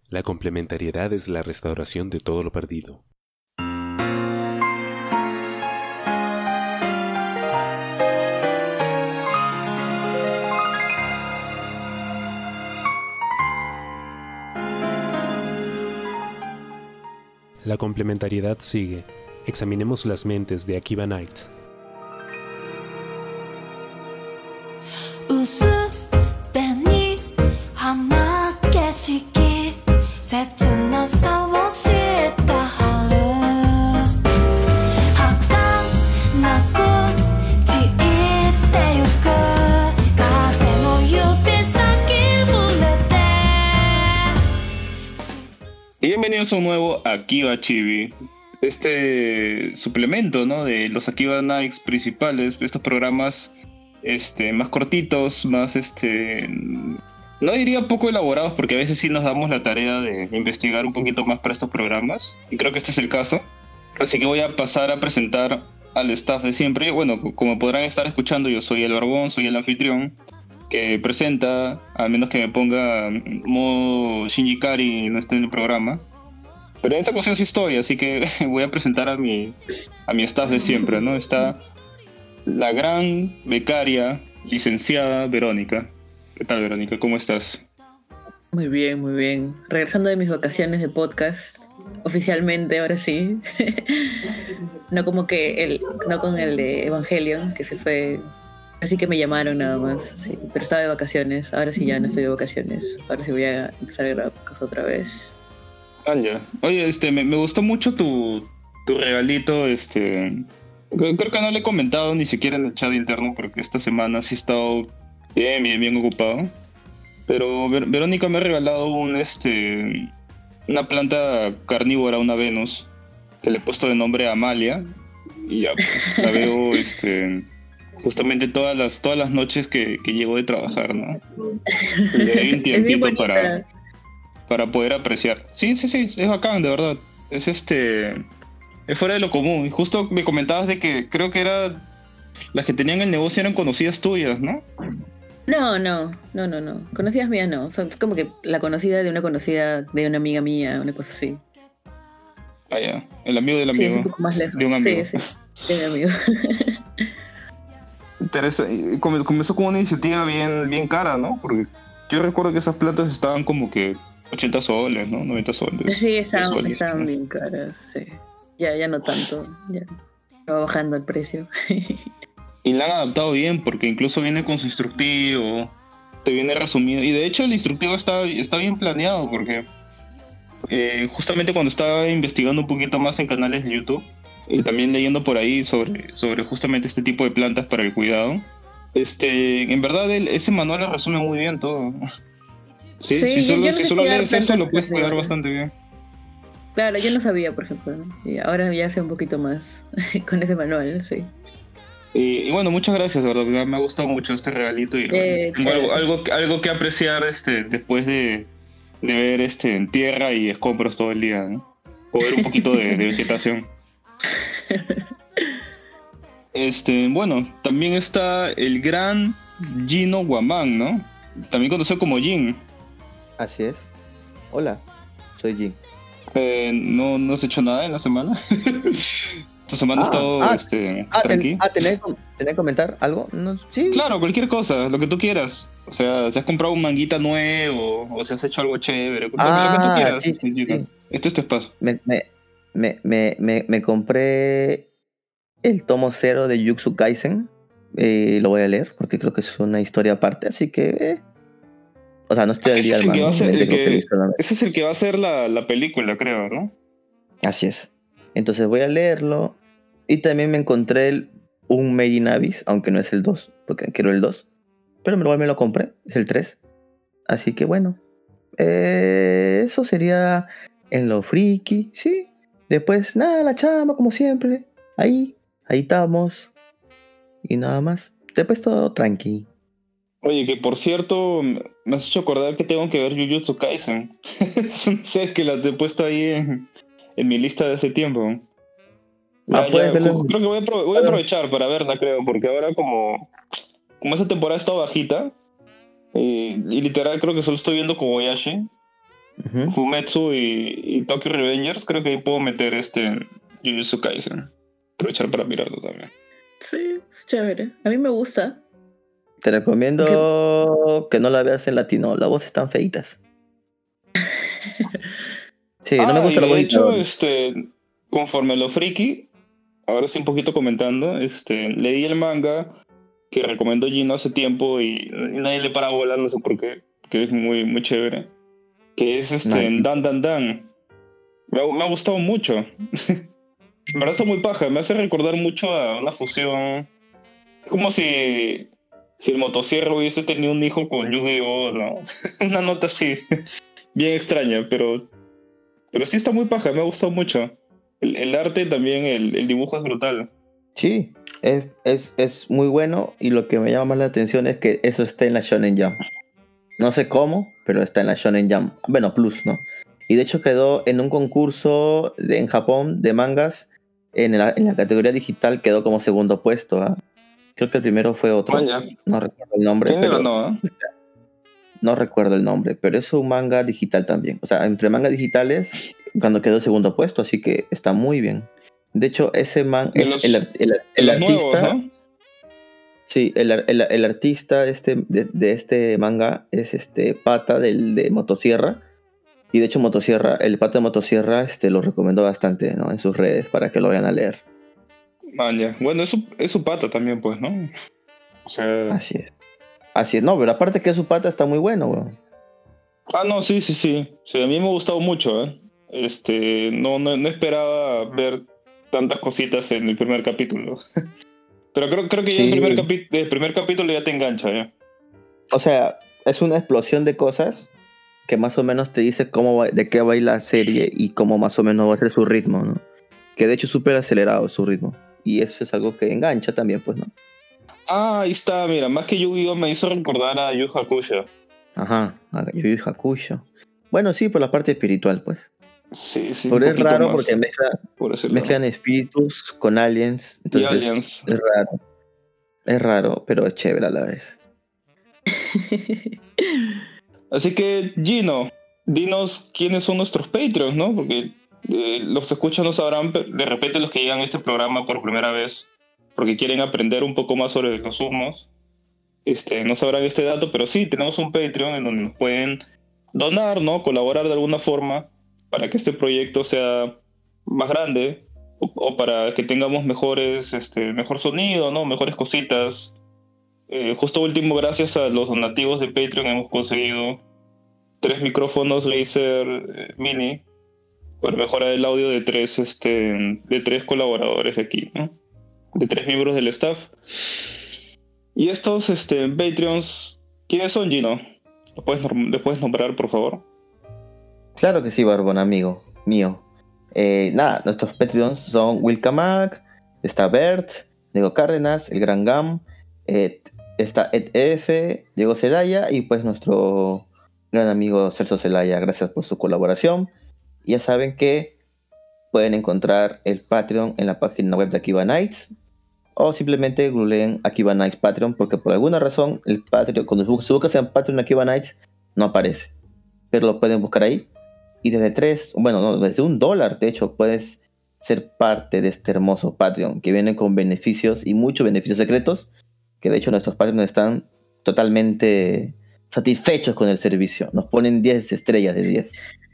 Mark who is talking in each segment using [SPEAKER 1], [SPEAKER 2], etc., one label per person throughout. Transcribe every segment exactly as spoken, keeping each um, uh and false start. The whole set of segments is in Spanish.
[SPEAKER 1] La complementariedad es la restauración de todo lo perdido. La complementariedad sigue. Examinemos las mentes de Akiba Knight.
[SPEAKER 2] Y bienvenidos a un nuevo Akiba Chibi, este suplemento, ¿no?, de los Akiba Nights principales, estos programas este, más cortitos, más, este, no diría poco elaborados, porque a veces sí nos damos la tarea de investigar un poquito más para estos programas, y creo que este es el caso. Así que voy a pasar a presentar al staff de siempre. Bueno, como podrán estar escuchando, yo soy el Barbón, soy el anfitrión, que presenta, al menos que me ponga modo Shinji Kari y no esté en el programa. Pero en esta ocasión sí estoy, así que voy a presentar a mi, a mi staff de siempre, ¿no? Está la gran becaria, licenciada Verónica. ¿Qué tal, Verónica? ¿Cómo estás?
[SPEAKER 3] Muy bien, muy bien. Regresando de mis vacaciones de podcast, oficialmente, ahora sí. No como que el, no con el de Evangelion, que se fue. Así que me llamaron nada más, sí. Pero estaba de vacaciones, ahora sí ya no estoy de vacaciones. Ahora sí voy a empezar a grabar podcast otra vez.
[SPEAKER 2] Ah, ya. Oye, este, me, me gustó mucho tu, tu regalito, este... Creo, creo que no le he comentado ni siquiera en el chat interno, porque esta semana sí he estado bien, bien, bien ocupado. Pero Ver- Verónica me ha regalado un, este... una planta carnívora, una Venus, que le he puesto de nombre Amalia. Y ya, pues, la veo, este... justamente todas las todas las noches que, que llego de trabajar, ¿no? Le doy un tiempito para, para poder apreciar. Sí, sí, sí, es bacán, de verdad. Es este... es fuera de lo común. Y justo me comentabas de que creo que era... las que tenían el negocio eran conocidas tuyas, ¿no?
[SPEAKER 3] No, no, no, no, no. Conocidas mías no. Son como que la conocida de una conocida de una amiga mía, una cosa así.
[SPEAKER 2] Ah, ya. El amigo del
[SPEAKER 3] Sí,
[SPEAKER 2] amigo.
[SPEAKER 3] es un poco más lejos.
[SPEAKER 2] De un amigo.
[SPEAKER 3] Sí, sí, de un amigo.
[SPEAKER 2] Interesa- y come- comenzó con una iniciativa bien, bien cara, ¿no? Porque yo recuerdo que esas plantas estaban como que ochenta soles, ¿no? noventa soles.
[SPEAKER 3] Sí,
[SPEAKER 2] cien
[SPEAKER 3] estaban,
[SPEAKER 2] soles,
[SPEAKER 3] estaban
[SPEAKER 2] ¿no?
[SPEAKER 3] bien caras, sí. Ya, ya no tanto, ya va bajando el precio.
[SPEAKER 2] Y la han adaptado bien porque incluso viene con su instructivo, te viene resumido. Y de hecho el instructivo está, está bien planeado porque eh, justamente cuando estaba investigando un poquito más en canales de YouTube y también leyendo por ahí sobre, sobre justamente este tipo de plantas para el cuidado, este, en verdad el, ese manual lo resume muy bien todo. Sí,
[SPEAKER 3] Sí,
[SPEAKER 2] si
[SPEAKER 3] yo-
[SPEAKER 2] solo,
[SPEAKER 3] yo no
[SPEAKER 2] si
[SPEAKER 3] sé
[SPEAKER 2] solo
[SPEAKER 3] cuidar
[SPEAKER 2] lees eso
[SPEAKER 3] plantas
[SPEAKER 2] lo puedes cuidar
[SPEAKER 3] carnívoras.
[SPEAKER 2] bastante bien.
[SPEAKER 3] Claro, yo no sabía, por ejemplo, ¿no? Y ahora ya sé un poquito más con ese manual, sí.
[SPEAKER 2] Y, y bueno, muchas gracias, de verdad, me me ha gustado mucho este regalito y bueno,
[SPEAKER 3] Eh,
[SPEAKER 2] tengo algo,
[SPEAKER 3] chévere.
[SPEAKER 2] algo, algo que apreciar este, después de, de ver este, en tierra y escombros todo el día, ¿no? O ver un poquito de, de vegetación. Este, bueno, también está el gran Gino Guamán, ¿no? También conocido como Jin.
[SPEAKER 4] Así es. Hola, soy Jin.
[SPEAKER 2] Eh, no, no has hecho nada en la semana. Tu semana ha
[SPEAKER 4] Ah,
[SPEAKER 2] estado
[SPEAKER 4] ah,
[SPEAKER 2] este,
[SPEAKER 4] Ah, ten-
[SPEAKER 2] tranqui.
[SPEAKER 4] ah, ¿tenés, ¿tenés que comentar algo? No, sí.
[SPEAKER 2] Claro, cualquier cosa, lo que tú quieras. O sea, si has comprado un manguita nuevo, o si has hecho algo chévere, lo, lo que tú
[SPEAKER 4] Ah,
[SPEAKER 2] quieras,
[SPEAKER 4] sí,
[SPEAKER 2] este,
[SPEAKER 4] sí,
[SPEAKER 2] Gino.
[SPEAKER 4] sí.
[SPEAKER 2] Este es tu espacio.
[SPEAKER 4] Me, me, me, me, me, me compré el tomo cero de Jujutsu Kaisen. Eh, lo voy a leer porque creo que es una historia aparte, así que... eh. O sea, no estoy al
[SPEAKER 2] Ese
[SPEAKER 4] día
[SPEAKER 2] es
[SPEAKER 4] del
[SPEAKER 2] el que va
[SPEAKER 4] manga,
[SPEAKER 2] a ser,
[SPEAKER 4] obviamente
[SPEAKER 2] el
[SPEAKER 4] creo que he
[SPEAKER 2] que,
[SPEAKER 4] visto la...
[SPEAKER 2] ese es el que va a ser la, la película, creo, ¿no?
[SPEAKER 4] Así es. Entonces voy a leerlo. Y también me encontré el, un Made in Abyss, aunque no es el dos, porque quiero el dos. Pero igual me lo compré, es el tres. Así que bueno, eh, eso sería en lo friki, ¿sí? Después, nada, la chama, como siempre. Ahí, ahí estamos. Y nada más. Después todo tranqui.
[SPEAKER 2] Oye, que por cierto, me has hecho acordar que tengo que ver Jujutsu Kaisen. Sé que la he puesto ahí en, en mi lista de hace tiempo.
[SPEAKER 4] Ah,
[SPEAKER 2] Ya,
[SPEAKER 4] puedes
[SPEAKER 2] ya,
[SPEAKER 4] verlo
[SPEAKER 2] ju-
[SPEAKER 4] en...
[SPEAKER 2] creo que voy a, apro- voy a aprovechar para verla, creo, porque ahora como, como esta temporada está bajita, y, y literal creo que solo estoy viendo Kobayashi,
[SPEAKER 4] Ujú.
[SPEAKER 2] Fumetsu y, y Tokyo Revengers, creo que ahí puedo meter este Jujutsu Kaisen. Aprovechar para mirarlo también.
[SPEAKER 3] Sí, es chévere. A mí me gusta.
[SPEAKER 4] Te recomiendo que no la veas en latino. Las voces están feitas. Sí, no me
[SPEAKER 2] Ah, y
[SPEAKER 4] gusta la voz
[SPEAKER 2] de
[SPEAKER 4] de
[SPEAKER 2] hecho,
[SPEAKER 4] Itadori.
[SPEAKER 2] este, conforme lo friki, ahora sí un poquito comentando, este, leí el manga que recomendó Gino hace tiempo y, y nadie le para bola, no sé por qué, que es muy, muy chévere. Que es este,
[SPEAKER 4] Maldito.
[SPEAKER 2] Dan Dan Dan. Me ha, me ha gustado mucho. En verdad está muy paja, me hace recordar mucho a una fusión. Es como si, si el motosierra hubiese tenido un hijo con Yu-Gi-Oh, ¿no? Una nota así, bien extraña, pero, pero sí está muy paja, me ha gustado mucho. El, el arte también, el, el dibujo es brutal.
[SPEAKER 4] Sí, es, es, es muy bueno y lo que me llama más la atención es que eso está en la Shonen Jump. No sé cómo, pero está en la Shonen Jump. Bueno, Plus, ¿no? Y de hecho quedó en un concurso de- en Japón de mangas. En la, en la categoría digital quedó como segundo puesto. ¿Ah? Creo que el primero fue otro.
[SPEAKER 2] Vaya,
[SPEAKER 4] No recuerdo el nombre,
[SPEAKER 2] ¿quién le
[SPEAKER 4] pero
[SPEAKER 2] ganó? eh?
[SPEAKER 4] no recuerdo el nombre. Pero es un manga digital también. O sea, entre mangas digitales, cuando quedó segundo puesto, así que está muy bien. De hecho, ese man
[SPEAKER 2] De
[SPEAKER 4] es el,
[SPEAKER 2] los,
[SPEAKER 4] ar- el,
[SPEAKER 2] de
[SPEAKER 4] el
[SPEAKER 2] los nuevos,
[SPEAKER 4] artista.
[SPEAKER 2] ¿no?
[SPEAKER 4] Sí, el, ar- el- el artista este, de, de este manga es este pata del, de Motosierra. Y de hecho, Motosierra, el pata de Motosierra este, lo recomendó bastante, ¿no? En sus redes para que lo vayan a leer.
[SPEAKER 2] Vaya, bueno, es su, es su pata también, pues, ¿no? O sea...
[SPEAKER 4] Así es. Así es, no, pero aparte que su pata está muy bueno, weón.
[SPEAKER 2] Ah, no, sí, sí, sí. Sí, a mí me ha gustado mucho, ¿eh? Este, no, no, no esperaba ver tantas cositas en el primer capítulo. Pero creo, creo que ya el primer,
[SPEAKER 4] Sí.
[SPEAKER 2] capi- el primer capítulo ya te engancha, ¿ya?
[SPEAKER 4] O sea, es una explosión de cosas que más o menos te dice cómo va- de qué va a ir la serie y cómo más o menos va a ser su ritmo, ¿no? Que de hecho es súper acelerado su ritmo. Y eso es algo que engancha también, pues, ¿no?
[SPEAKER 2] Ah, ahí está, mira, más que Yu-Gi-Oh me hizo recordar a Yu Hakusho.
[SPEAKER 4] Ajá, a Yu Yu Hakusho. Bueno, sí, por la parte espiritual, pues.
[SPEAKER 2] Sí, sí, un
[SPEAKER 4] Pero es
[SPEAKER 2] poquito
[SPEAKER 4] raro porque
[SPEAKER 2] más
[SPEAKER 4] mezcla,
[SPEAKER 2] por ese lado.
[SPEAKER 4] mezclan espíritus con aliens,
[SPEAKER 2] Y
[SPEAKER 4] entonces
[SPEAKER 2] Aliens.
[SPEAKER 4] es raro. Es raro, pero es chévere a la vez.
[SPEAKER 2] Así que, Gino, dinos quiénes son nuestros Patreons, ¿no? Porque eh, los escuchas no sabrán, pero de repente los que llegan a este programa por primera vez, porque quieren aprender un poco más sobre los humos, este, no sabrán este dato, pero sí, tenemos un Patreon en donde nos pueden donar, ¿no? Colaborar de alguna forma para que este proyecto sea más grande o, o para que tengamos mejores, este, mejor sonido, ¿no? Mejores cositas. Eh, justo último, gracias a los donativos de Patreon hemos conseguido tres micrófonos Laser eh, Mini para mejorar el audio de tres, este, de tres colaboradores de aquí, ¿no? De tres miembros del staff. Y estos este, Patreons, ¿quiénes son, Gino? ¿Lo puedes, norm- ¿lo puedes nombrar, por favor?
[SPEAKER 4] Claro que sí, Barbón, amigo mío. Eh, nada, nuestros Patreons son Wilka Mac, está Bert, Diego Cárdenas, el Gran Gam, Ed- está Ed F, Diego Celaya y pues nuestro gran amigo Celso Celaya. Gracias por su colaboración. Ya saben que pueden encontrar el Patreon en la página web de Akiba Nights o simplemente googleen Akiba Nights Patreon porque por alguna razón el Patreon, cuando bu- si buscas en Patreon Akiba Nights no aparece, pero lo pueden buscar ahí. Y desde tres, bueno, no, desde un dólar, de hecho, puedes ser parte de este hermoso Patreon que viene con beneficios y muchos beneficios secretos, que de hecho nuestros Patreons están totalmente satisfechos con el servicio. Nos ponen diez estrellas de diez.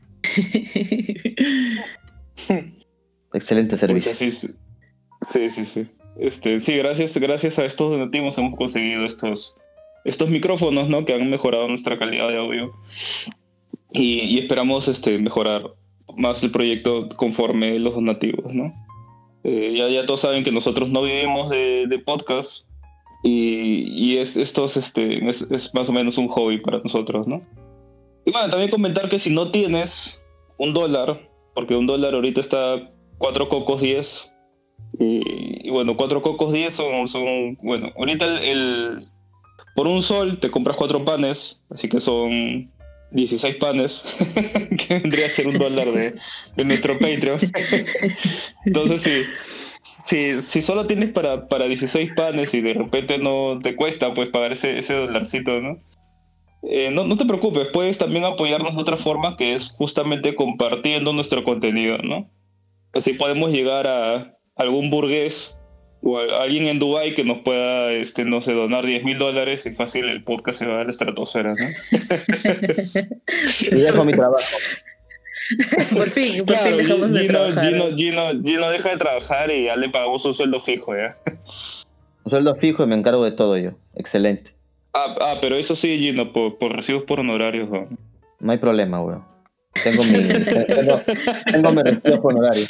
[SPEAKER 4] Excelente
[SPEAKER 2] Pucha,
[SPEAKER 4] servicio.
[SPEAKER 2] sí, sí, sí, sí. sí. Este, sí, gracias, gracias a estos donativos hemos conseguido estos, estos micrófonos, ¿no? Que han mejorado nuestra calidad de audio. Y, y esperamos este, mejorar más el proyecto conforme los donativos, ¿no? Eh, ya, ya todos saben que nosotros no vivimos de, de podcast y, y es, estos, este, es, es más o menos un hobby para nosotros, ¿no? Y bueno, también comentar que si no tienes un dólar, porque un dólar ahorita está cuatro cocos diez, y, y bueno, cuatro cocos diez son, son bueno, ahorita el, el- por un sol te compras cuatro panes, así que son dieciséis panes, que vendría a ser un dólar de, de nuestro Patreon. Entonces, si, si, si solo tienes para, para dieciséis panes y de repente no te cuesta pues pagar ese, ese dolarcito, ¿no? eh, no, no te preocupes, puedes también apoyarnos de otra forma, que es justamente compartiendo nuestro contenido, ¿no? Así podemos llegar a algún burgués o a alguien en Dubái que nos pueda, este, no sé, donar diez mil dólares y fácil el podcast se va a la estratosfera, ¿no?
[SPEAKER 4] Y dejo mi trabajo.
[SPEAKER 3] Por fin, por
[SPEAKER 2] Claro,
[SPEAKER 3] fin dejamos de
[SPEAKER 2] Gino,
[SPEAKER 3] trabajar.
[SPEAKER 2] Gino, Gino, Gino deja de trabajar y ya le pagamos un sueldo fijo, ¿ya?
[SPEAKER 4] Un sueldo fijo y me encargo de todo yo. Excelente.
[SPEAKER 2] Ah, ah pero eso sí, Gino, por, por recibos por honorarios, ¿no?
[SPEAKER 4] No hay problema, weón. Tengo mi, tengo, tengo mi recibo por honorario.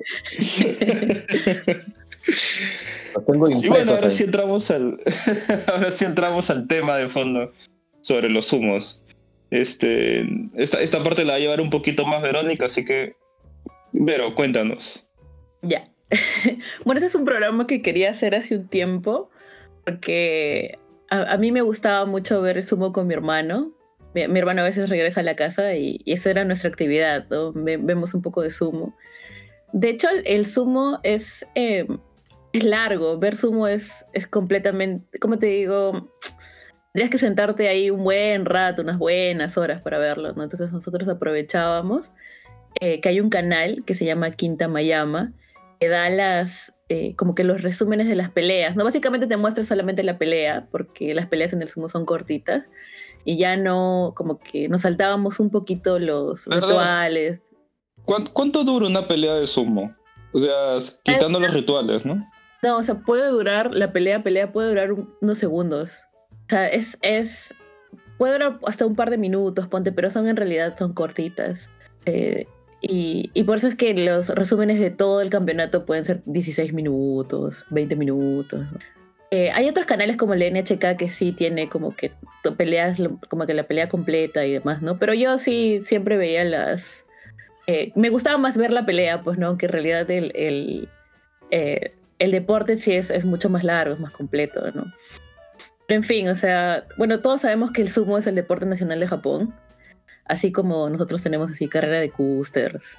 [SPEAKER 4] Los tengo
[SPEAKER 2] Y bueno,
[SPEAKER 4] impresos
[SPEAKER 2] ahora
[SPEAKER 4] ahí.
[SPEAKER 2] sí entramos al ahora sí entramos al tema de fondo sobre los humos. Este, esta, esta parte la va a llevar un poquito más Verónica, así que Vero, cuéntanos.
[SPEAKER 3] Ya. Bueno, ese es un programa que quería hacer hace un tiempo porque a, a mí me gustaba mucho ver sumo con mi hermano. Mi, mi hermano a veces regresa a la casa y, y esa era nuestra actividad, ¿no? Ve, vemos un poco de sumo. De hecho, el, el sumo es, eh, es largo. Ver sumo es, es completamente, ¿cómo te digo? Tendrías que sentarte ahí un buen rato, unas buenas horas para verlo, ¿no? Entonces nosotros aprovechábamos eh, que hay un canal que se llama Quinta Mayama, que da las, eh, como que los resúmenes de las peleas, ¿no? Básicamente te muestra solamente la pelea, porque las peleas en el sumo son cortitas, y ya no, como que nos saltábamos un poquito los
[SPEAKER 2] ¿Verdad?
[SPEAKER 3] rituales.
[SPEAKER 2] ¿Cuánto, ¿Cuánto dura una pelea de sumo? O sea, quitando los rituales, ¿no?
[SPEAKER 3] No, o sea, puede durar, la pelea, pelea puede durar un- unos segundos. O sea, es, es, puede durar hasta un par de minutos, ponte, pero son en realidad son cortitas. Eh, y, y por eso es que los resúmenes de todo el campeonato pueden ser dieciséis minutos, veinte minutos. Eh, hay otros canales como el N H K que sí tiene como que to- peleas, lo- como que la pelea completa y demás, ¿no? Pero yo sí siempre veía las... eh, me gustaba más ver la pelea, pues, ¿no? Aunque en realidad el, el, eh, el deporte sí es, es mucho más largo, es más completo, ¿no? Pero en fin, o sea, bueno, todos sabemos que el sumo es el deporte nacional de Japón, así como nosotros tenemos así carrera de coasters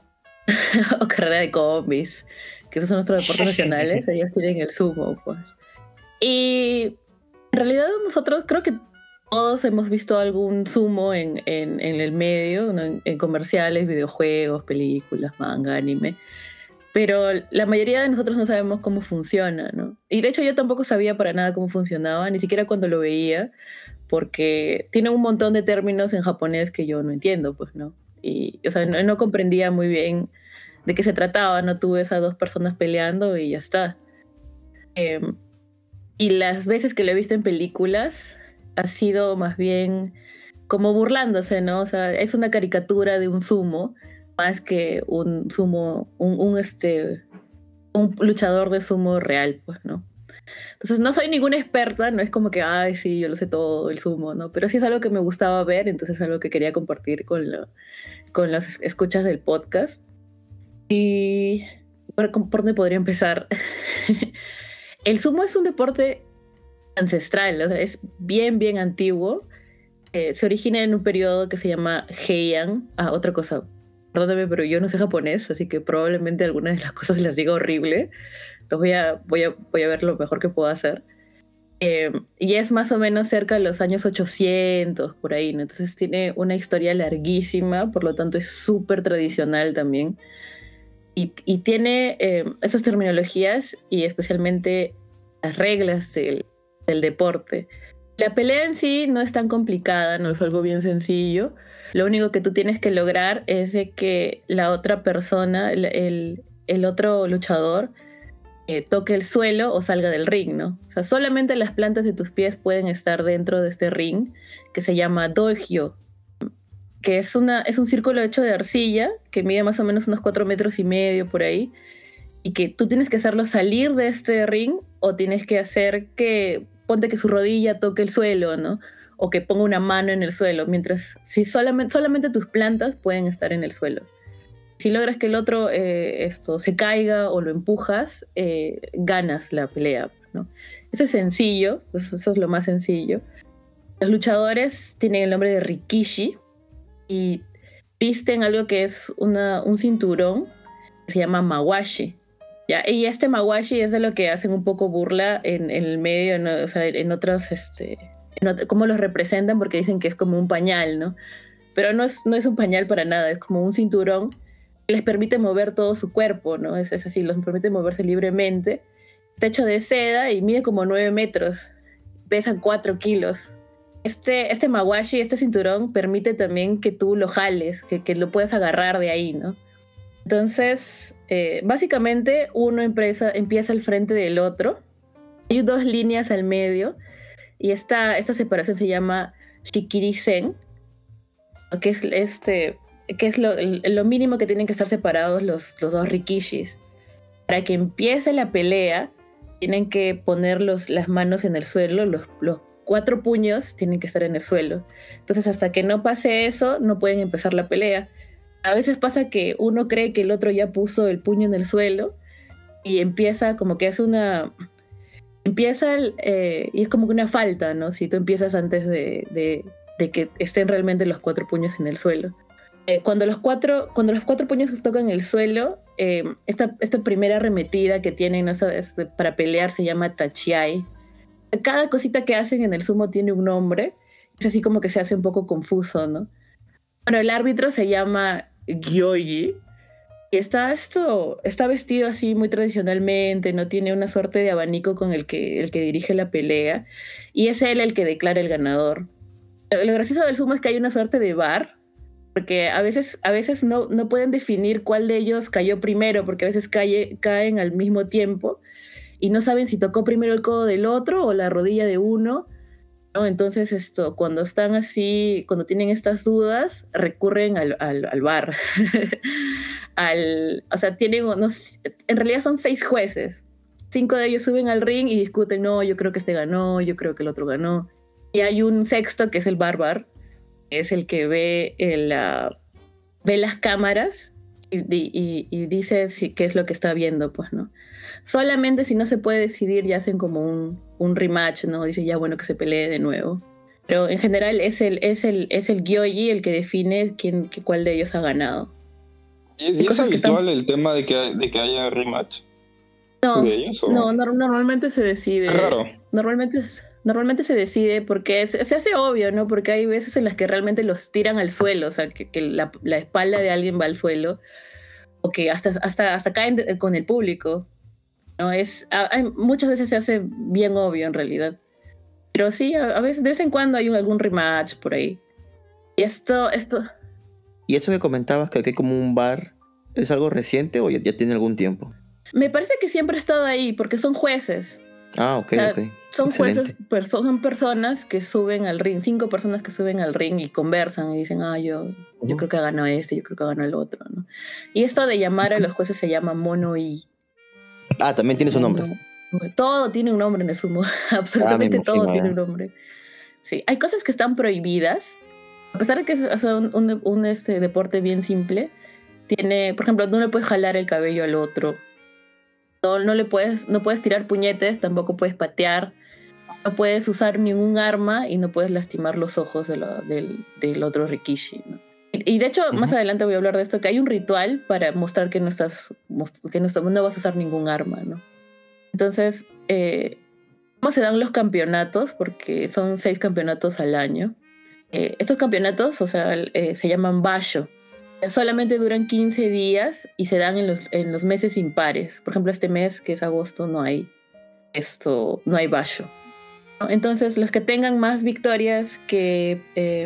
[SPEAKER 3] o carrera de combis, que esos son nuestros deportes nacionales, ellos tienen el sumo, pues. Y en realidad nosotros creo que todos hemos visto algún sumo en, en, en el medio, ¿no? en, en comerciales, videojuegos, películas, manga, anime. Pero la mayoría de nosotros no sabemos cómo funciona, ¿no? Y de hecho yo tampoco sabía para nada cómo funcionaba, ni siquiera cuando lo veía, porque tiene un montón de términos en japonés que yo no entiendo, pues, ¿no? Y, o sea, no, no comprendía muy bien de qué se trataba, no tuve esas dos personas peleando y ya está. Eh, y las veces que lo he visto en películas ha sido más bien como burlándose, ¿no? O sea, es una caricatura de un sumo, más que un sumo, un, un, este, un luchador de sumo real, pues, ¿no? Entonces no soy ninguna experta, no es como que, ay, sí, yo lo sé todo, el sumo, ¿no? Pero sí es algo que me gustaba ver, entonces es algo que quería compartir con, lo, con las escuchas del podcast. Y ¿por, por dónde podría empezar? El sumo es un deporte ancestral, o sea, es bien, bien antiguo. Eh, se origina en un periodo que se llama Heian. Ah, otra cosa, perdóname, pero yo no sé japonés, así que probablemente algunas de las cosas las diga horrible. Los voy a, voy a, voy a ver lo mejor que puedo hacer. Eh, y es más o menos cerca de los años ochocientos, por ahí, ¿no? Entonces tiene una historia larguísima, por lo tanto es súper tradicional también. Y, y tiene eh, esas terminologías y especialmente las reglas del, del deporte. La pelea en sí no es tan complicada, no es algo bien sencillo. Lo único que tú tienes que lograr es de que la otra persona, el, el, el otro luchador, eh, toque el suelo o salga del ring, ¿no? O sea, solamente las plantas de tus pies pueden estar dentro de este ring que se llama dohyo, que es, una, es un círculo hecho de arcilla que mide más o menos unos cuatro metros y medio por ahí, y que tú tienes que hacerlo salir de este ring o tienes que hacer que, ponte que su rodilla toque el suelo, ¿no? O que ponga una mano en el suelo, mientras si solamente, solamente tus plantas pueden estar en el suelo. Si logras que el otro eh, esto, se caiga o lo empujas, eh, ganas la pelea, ¿no? Eso es sencillo, eso, eso es lo más sencillo. Los luchadores tienen el nombre de Rikishi y visten algo que es una, un cinturón que se llama mawashi. ¿Ya? Y este mawashi es de lo que hacen un poco burla en, en el medio, ¿no? O sea, en otros, este, no, cómo los representan, porque dicen que es como un pañal, ¿no? Pero no es, no es un pañal para nada, es como un cinturón que les permite mover todo su cuerpo, ¿no? Es, es así, los permite moverse libremente. Está hecho de seda y mide como nueve metros, pesa cuatro kilos. Este, este mawashi, este cinturón, permite también que tú lo jales, que, que lo puedas agarrar de ahí, ¿no? Entonces, eh, básicamente uno empieza, empieza al frente del otro. Hay dos líneas al medio y esta, esta separación se llama shikiri-sen, que es, este, que es lo, lo mínimo que tienen que estar separados los, los dos rikishis. Para que empiece la pelea, tienen que poner los, las manos en el suelo, los, los cuatro puños tienen que estar en el suelo. Entonces, hasta que no pase eso, no pueden empezar la pelea. A veces pasa que uno cree que el otro ya puso el puño en el suelo y empieza como que hace una... Empieza el, eh, y es como que una falta, ¿no? Si tú empiezas antes de, de, de que estén realmente los cuatro puños en el suelo. Eh, cuando, los cuatro, cuando los cuatro puños tocan el suelo, eh, esta, esta primera arremetida que tienen, ¿no? Es de, para pelear se llama tachiai. Cada cosita que hacen en el sumo tiene un nombre. Es así como que se hace un poco confuso, ¿no? Bueno, el árbitro se llama Gyoji. Y está, esto, está vestido así muy tradicionalmente, no tiene una suerte de abanico con el que, el que dirige la pelea. Y es él el que declara el ganador. Lo, lo gracioso del sumo es que hay una suerte de bar, porque a veces, a veces no, no pueden definir cuál de ellos cayó primero, porque a veces cae, caen al mismo tiempo y no saben si tocó primero el codo del otro o la rodilla de uno, ¿no? Entonces, esto, cuando están así, cuando tienen estas dudas, recurren al, al, al bar. al, o sea, tienen unos, en realidad son seis jueces. Cinco de ellos suben al ring y discuten, no, yo creo que este ganó, yo creo que el otro ganó. Y hay un sexto que es el barbar, es el que ve, el, uh, ve las cámaras y, y, y dice si, qué es lo que está viendo, pues, ¿no? Solamente si no se puede decidir ya hacen como un, un rematch, ¿no? Dice ya bueno que se pelee de nuevo. Pero en general es el, es el, es el Gyoji el que define quién, que, cuál de ellos ha ganado.
[SPEAKER 5] ¿Y, y es habitual están... el tema de que, de que haya rematch?
[SPEAKER 3] No,
[SPEAKER 5] de ellos, ¿o?
[SPEAKER 3] no, no, normalmente se decide.
[SPEAKER 5] Es raro.
[SPEAKER 3] Normalmente, normalmente se decide porque es, se hace obvio, ¿no? Porque hay veces en las que realmente los tiran al suelo, o sea, que, que la, la espalda de alguien va al suelo, o que hasta, hasta, hasta caen de, con el público. No, es, hay, muchas veces se hace bien obvio en realidad. Pero sí, a, a veces, de vez en cuando hay un, algún rematch por ahí. Y esto, esto...
[SPEAKER 4] ¿Y eso que comentabas que aquí hay como un bar, es algo reciente o ya, ya tiene algún tiempo?
[SPEAKER 3] Me parece que siempre ha estado ahí, porque son jueces.
[SPEAKER 4] Ah, ok,
[SPEAKER 3] o sea,
[SPEAKER 4] ok.
[SPEAKER 3] Son
[SPEAKER 4] Excelente.
[SPEAKER 3] jueces, per, son personas que suben al ring, cinco personas que suben al ring y conversan y dicen, ah, yo, uh-huh. yo creo que ganó este, yo creo que ganó el otro, ¿no? Y esto de llamar a los jueces se llama mono-i.
[SPEAKER 4] Ah, también tiene su nombre.
[SPEAKER 3] Todo tiene un nombre en el sumo. Absolutamente ah, todo tiene un nombre. Sí, hay cosas que están prohibidas. A pesar de que es un, un, un este, deporte bien simple, tiene, por ejemplo, no le puedes jalar el cabello al otro. No, no le puedes, no puedes tirar puñetes, tampoco puedes patear. No puedes usar ningún arma y no puedes lastimar los ojos de la, del, del otro rikishi, ¿no? Y de hecho, uh-huh. más adelante voy a hablar de esto, que hay un ritual para mostrar que no estás, que no, estás, no vas a usar ningún arma, ¿no? Entonces, eh, ¿cómo se dan los campeonatos? Porque son seis campeonatos al año. Eh, estos campeonatos, o sea, eh, se llaman basho. Solamente duran quince días y se dan en los, en los meses impares. Por ejemplo, este mes, que es agosto, no hay esto, no hay basho, ¿no? Entonces, los que tengan más victorias que... Eh,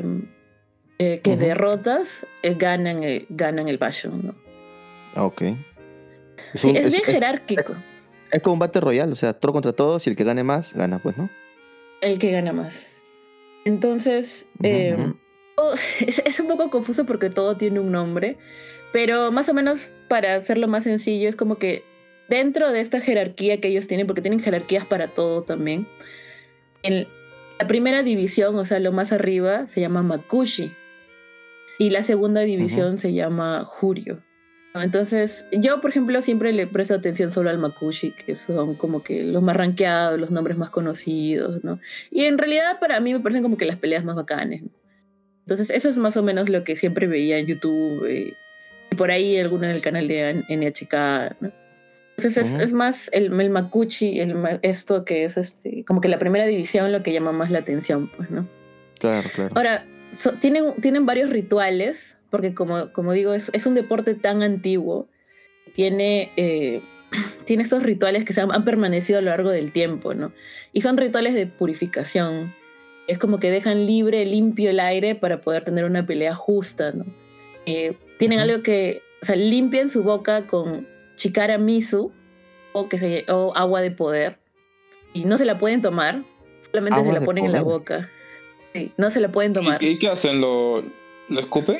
[SPEAKER 3] Eh, que uh-huh. derrotas eh, ganan, eh, ganan el basho, ¿no?
[SPEAKER 4] Ok.
[SPEAKER 3] Es, sí, un, es, es bien es, jerárquico.
[SPEAKER 4] Es, es como un Battle Royale, o sea, todo contra todos y el que gane más, gana, pues, ¿no?
[SPEAKER 3] El que gana más. Entonces, uh-huh. eh, oh, es, es un poco confuso porque todo tiene un nombre, pero más o menos para hacerlo más sencillo, es como que dentro de esta jerarquía que ellos tienen, porque tienen jerarquías para todo también, en la primera división, o sea, lo más arriba, se llama Makushi. Y la segunda división uh-huh. se llama Juryo. Entonces, yo, por ejemplo, siempre le presto atención solo al Makushi, que son como que los más rankeados, los nombres más conocidos, ¿no? Y en realidad, para mí, me parecen como que las peleas más bacanes, ¿no? Entonces, eso es más o menos lo que siempre veía en YouTube, eh, y por ahí alguno en el canal de N H K, ¿no? Entonces es, uh-huh. es más el, el Makuuchi, el, esto que es este, como que la primera división lo que llama más la atención, pues, ¿no?
[SPEAKER 4] Claro, claro.
[SPEAKER 3] Ahora, so, tienen, tienen varios rituales, porque como, como digo, es, es un deporte tan antiguo, tiene, eh, tiene esos rituales que se han, han permanecido a lo largo del tiempo, ¿no? Y son rituales de purificación. Es como que dejan libre, limpio el aire para poder tener una pelea justa, ¿no? Eh, tienen uh-huh. algo que, o sea, limpian su boca con Chikara Misu o, que se, o agua de poder y no se la pueden tomar, solamente agua se la ponen poder. en la boca. Sí, no se la pueden tomar.
[SPEAKER 5] ¿Y, y qué hacen? ¿Lo, lo escupen?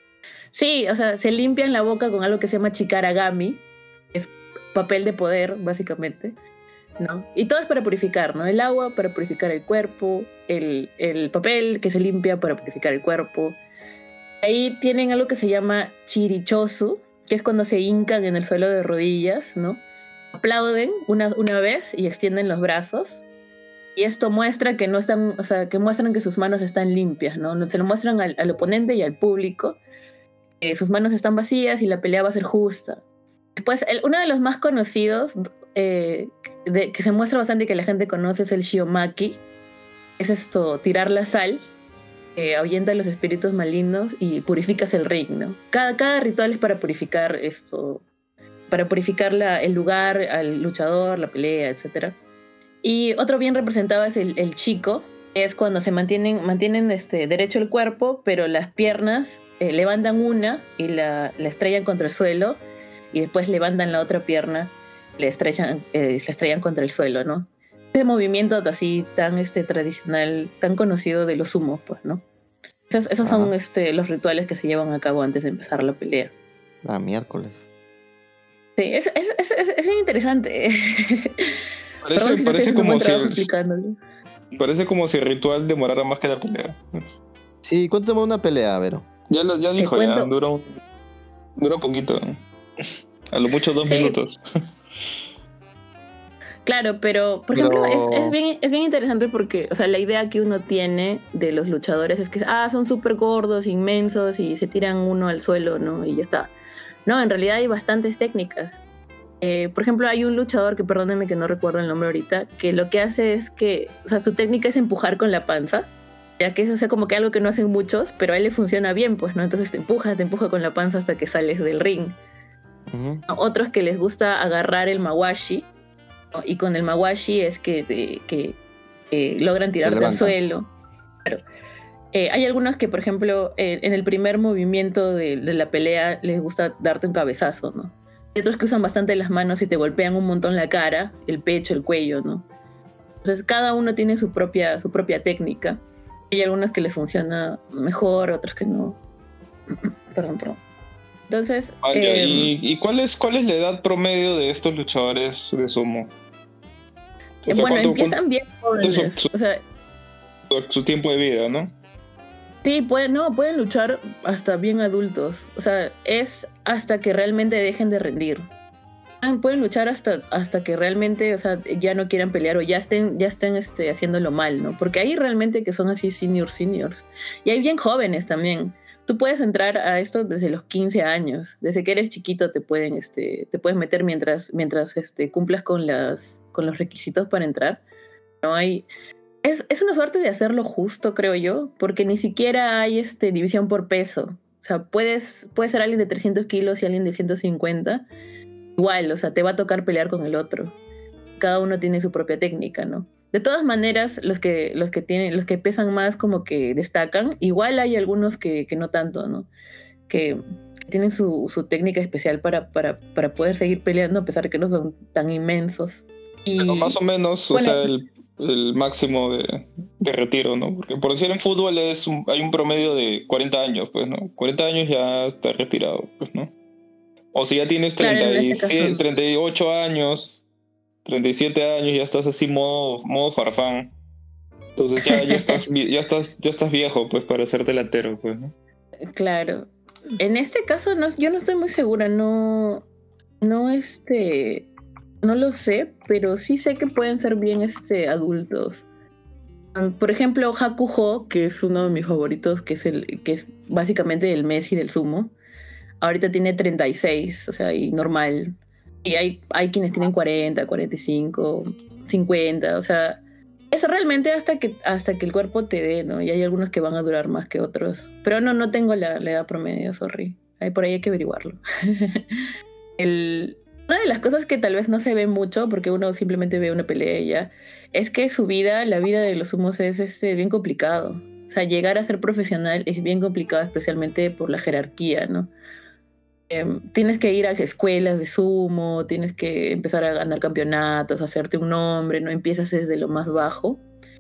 [SPEAKER 3] Sí, o sea, se limpian la boca con algo que se llama Chikaragami, es papel de poder, básicamente, ¿no? Y todo es para purificar, ¿no? El agua para purificar el cuerpo, el, el papel que se limpia para purificar el cuerpo. Ahí tienen algo que se llama Chirichosu, que es cuando se hincan en el suelo de rodillas, ¿no? Aplauden una, una vez y extienden los brazos. Y esto muestra que no están, o sea, que muestran que sus manos están limpias, ¿no? Se lo muestran al, al oponente y al público. Eh, sus manos están vacías y la pelea va a ser justa. Después, el, uno de los más conocidos, eh, de, que se muestra bastante y que la gente conoce, es el Shiomaki. Es esto, tirar la sal, que ahuyenta los espíritus malignos y purificas el ring, ¿no? Cada, cada ritual es para purificar esto, para purificar la, el lugar, al luchador, la pelea, etcétera. Y otro bien representado es el, el chico, es cuando se mantienen, mantienen este, derecho el cuerpo, pero las piernas eh, levantan una y la, la estrellan contra el suelo, y después levantan la otra pierna y la estrellan, eh, la estrellan contra el suelo, ¿no? Ese movimiento así tan este, tradicional, tan conocido de los sumos, pues, ¿no? Esos, esos son este, los rituales que se llevan a cabo antes de empezar la pelea.
[SPEAKER 4] Ah, miércoles.
[SPEAKER 3] Sí, es, es, es, es, es bien interesante.
[SPEAKER 5] Parece, Perdón, si parece, como si, parece como si el ritual demorara más que la pelea.
[SPEAKER 4] Sí, ¿cuánto demora una pelea, Vero?
[SPEAKER 5] Ya, lo, ya dijo, ya dura un, dura un poquito. A lo mucho dos sí. minutos.
[SPEAKER 3] Claro, pero, por ejemplo, pero... Es, es, bien, es bien interesante porque, o sea, la idea que uno tiene de los luchadores es que, ah, son súper gordos, inmensos y se tiran uno al suelo, ¿no? Y ya está. No, en realidad hay bastantes técnicas. Eh, por ejemplo, hay un luchador que, perdónenme que no recuerdo el nombre ahorita, que lo que hace es que, o sea, su técnica es empujar con la panza, ya que es, o sea, como que algo que no hacen muchos, pero a él le funciona bien, pues, ¿no? Entonces te empuja, te empuja con la panza hasta que sales del ring. Uh-huh. Otros que les gusta agarrar el mawashi, ¿no? Y con el mawashi es que, de, que eh, logran tirarte al suelo. Claro. Eh, hay algunos que, por ejemplo, eh, en el primer movimiento de, de la pelea les gusta darte un cabezazo, ¿no? Hay otros que usan bastante las manos y te golpean un montón la cara, el pecho, el cuello, ¿no? Entonces cada uno tiene su propia, su propia técnica. Hay algunos que les funciona mejor, otros que no. Perdón, perdón. Entonces...
[SPEAKER 5] Vale, eh, ¿y, y cuál, es, cuál es la edad promedio de estos luchadores de sumo?
[SPEAKER 3] O sea, bueno, empiezan bien jóvenes.
[SPEAKER 5] Su, su,
[SPEAKER 3] o sea,
[SPEAKER 5] su, su tiempo de vida, ¿no?
[SPEAKER 3] Sí, pueden, no, pueden luchar hasta bien adultos. O sea, es hasta que realmente dejen de rendir. Pueden luchar hasta, hasta que realmente, o sea, ya no quieran pelear o ya estén, ya estén este, haciéndolo mal, ¿no? Porque hay realmente que son así seniors, seniors. Y hay bien jóvenes también. Tú puedes entrar a esto desde los quince años. Desde que eres chiquito te pueden, este, te puedes meter mientras, mientras este, cumplas con, las, con los requisitos para entrar. No hay... Es, es una suerte de hacerlo justo, creo yo, porque ni siquiera hay este, división por peso. O sea, puedes, puedes ser alguien de trescientos kilos y alguien de ciento cincuenta. Igual, o sea, te va a tocar pelear con el otro. Cada uno tiene su propia técnica, ¿no? De todas maneras, los que, los que, tienen, los que pesan más como que destacan. Igual hay algunos que, que no tanto, ¿no? Que tienen su, su técnica especial para, para, para poder seguir peleando a pesar de que no son tan inmensos. Y,
[SPEAKER 5] Pero más o menos, bueno, o sea, el... el máximo de, de retiro, ¿no? Porque por decir en fútbol es un, hay un promedio de cuarenta años, pues, ¿no? cuarenta años ya está retirado, pues, ¿no? O si ya tienes treinta y siete, treinta y ocho años, treinta y siete años, ya estás así modo, modo farfán. Entonces ya, ya, estás, ya, estás, ya estás viejo, pues, para ser delantero, pues, ¿no?
[SPEAKER 3] Claro. En este caso, no, yo no estoy muy segura, no... No, este... No lo sé, pero sí sé que pueden ser bien este, adultos. Por ejemplo, Hakuho, que es uno de mis favoritos, que es, el, que es básicamente el Messi del sumo. Ahorita tiene treinta y seis, o sea, y normal. Y hay, hay quienes tienen cuarenta, cuarenta y cinco, cincuenta, o sea, es realmente hasta que, hasta que el cuerpo te dé, ¿no? Y hay algunos que van a durar más que otros. Pero no, no tengo la, la edad promedio, sorry. Ahí por ahí hay que averiguarlo. el, una de las cosas que tal vez no se ve mucho, porque uno simplemente ve una pelea y ya, es que su vida, la vida de los sumos es este, bien complicado. O sea, llegar a ser profesional es bien complicado, especialmente por la jerarquía, ¿no? Eh, tienes que ir a escuelas de sumo, tienes que empezar a ganar campeonatos, hacerte un nombre, ¿no? Empiezas desde lo más bajo.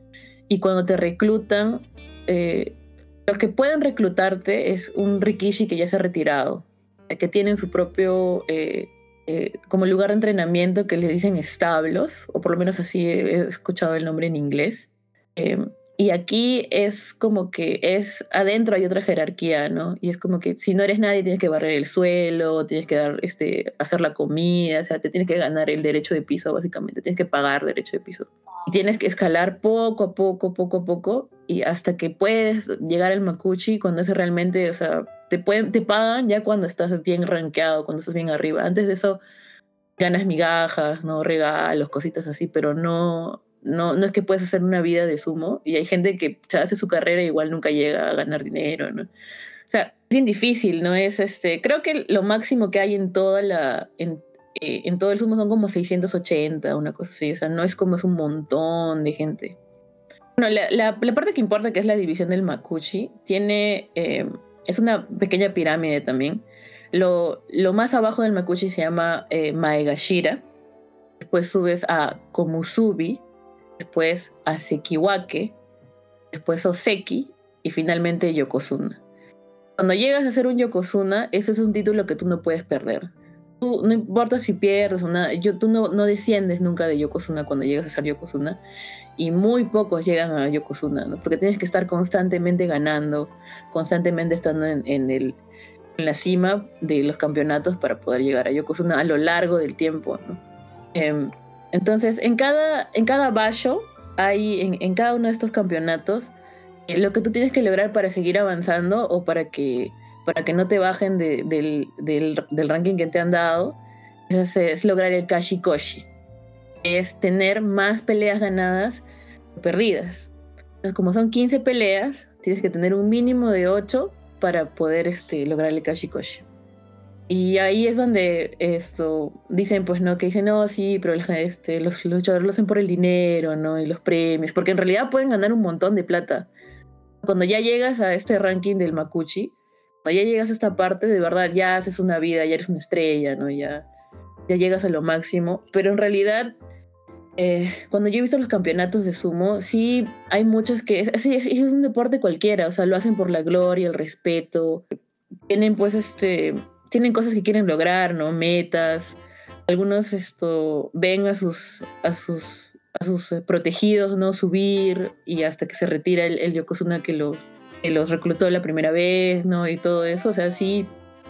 [SPEAKER 3] Y cuando te reclutan, eh, los que pueden reclutarte es un rikishi que ya se ha retirado, que tienen su propio eh, eh, como lugar de entrenamiento que les dicen establos, o por lo menos así he escuchado el nombre en inglés. Eh, Y aquí es como que es adentro hay otra jerarquía, ¿no? Y es como que si no eres nadie tienes que barrer el suelo, tienes que dar, este, hacer la comida, o sea, te tienes que ganar el derecho de piso básicamente, tienes que pagar derecho de piso. Y tienes que escalar poco a poco, poco a poco, y hasta que puedes llegar al makuchi cuando es realmente, o sea, te, pueden, te pagan ya cuando estás bien rankeado, cuando estás bien arriba. Antes de eso ganas migajas, ¿no? Regalos, cositas así, pero no... No, no es que puedes hacer una vida de sumo, y hay gente que ya hace su carrera y igual nunca llega a ganar dinero, ¿no? O sea, es bien difícil, ¿no? Es este, creo que lo máximo que hay en toda la en, eh, en todo el sumo son como seiscientos ochenta, una cosa así. O sea, no es como es un montón de gente. Bueno, la, la, la parte que importa, que es la división del makuchi, tiene eh, es una pequeña pirámide también. Lo, lo más abajo del makuchi se llama eh, Maegashira. Después subes a Komusubi, después a Sekiwake, después Oseki y finalmente Yokozuna. Cuando llegas a ser un Yokozuna, ese es un título que tú no puedes perder. Tú, no importa si pierdes o nada, yo, tú no, no desciendes nunca de Yokozuna cuando llegas a ser Yokozuna, y muy pocos llegan a Yokozuna, ¿no? Porque tienes que estar constantemente ganando, constantemente estando en, en, el, en la cima de los campeonatos para poder llegar a Yokozuna a lo largo del tiempo, ¿no? Eh, Entonces, en cada, en cada basho, hay, en, en cada uno de estos campeonatos, eh, lo que tú tienes que lograr para seguir avanzando o para que, para que no te bajen de, del, del, del ranking que te han dado, es, es lograr el Kashikoshi. Es tener más peleas ganadas que perdidas. Entonces, como son quince peleas, tienes que tener un mínimo de ocho para poder este, lograr el Kashikoshi. Y ahí es donde esto dicen, pues, ¿no? Que dicen, no, sí, pero este, los luchadores lo hacen por el dinero, ¿no? Y los premios, porque en realidad pueden ganar un montón de plata. Cuando ya llegas a este ranking del makuchi, cuando ya llegas a esta parte, de verdad ya haces una vida, ya eres una estrella, ¿no? Ya, ya llegas a lo máximo. Pero en realidad, eh, cuando yo he visto los campeonatos de sumo, sí hay muchos que... Es, es, es un deporte cualquiera, o sea, lo hacen por la gloria, el respeto. Tienen, pues, este... tienen cosas que quieren lograr, ¿no? Metas. Algunos esto ven a sus a sus a sus protegidos, ¿no? Subir, y hasta que se retira el, el Yokozuna que los que los reclutó la primera vez, ¿no? Y todo eso, o sea, sí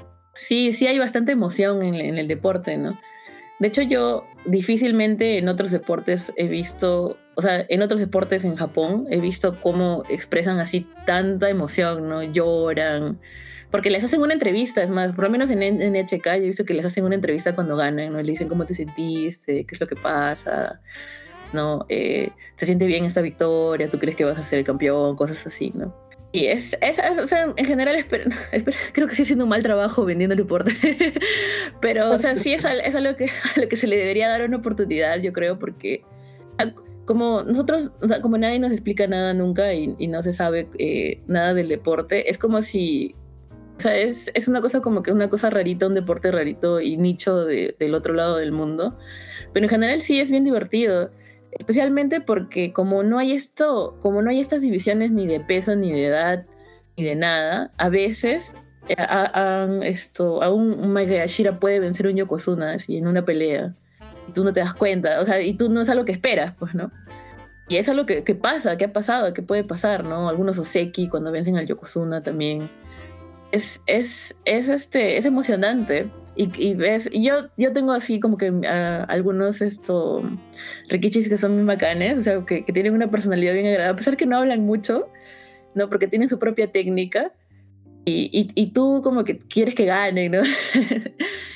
[SPEAKER 3] sí sí hay bastante emoción en, en el deporte, ¿no? De hecho, yo difícilmente en otros deportes he visto, o sea, en otros deportes en Japón he visto cómo expresan así tanta emoción, ¿no? Lloran. Porque les hacen una entrevista, es más, por lo menos en, en H K yo he visto que les hacen una entrevista cuando ganan, ¿no? Le dicen cómo te sentiste, qué es lo que pasa, ¿no? Eh, ¿te siente bien esta victoria? ¿Tú crees que vas a ser el campeón? Cosas así, ¿no? Y es, es, es o sea, en general espero, espero, creo que estoy haciendo un mal trabajo vendiendo el deporte. Pero, o sea, sí es, es algo que, a lo que se le debería dar una oportunidad, yo creo, porque como nosotros, o sea, como nadie nos explica nada nunca y, y no se sabe eh, nada del deporte, es como si... O sea, es, es una cosa como que una cosa rarita, un deporte rarito y nicho de, del otro lado del mundo. Pero en general sí es bien divertido. Especialmente porque como no hay esto, como no hay estas divisiones ni de peso, ni de edad, ni de nada, a veces a, a, esto, a un Maegashira puede vencer a un Yokozuna así, en una pelea. Y tú no te das cuenta. O sea, y tú no es algo que esperas, pues, ¿no? Y es algo que, que pasa, que ha pasado, que puede pasar, ¿no? Algunos Oseki cuando vencen al Yokozuna también. Es, es, es, este, es emocionante. Y, y ves, y yo, yo tengo así como que uh, algunos esto, rikichis que son muy bacanes, o sea, que, que tienen una personalidad bien agradable, a pesar que no hablan mucho, ¿no? Porque tienen su propia técnica. Y, y, y tú como que quieres que ganen, ¿no?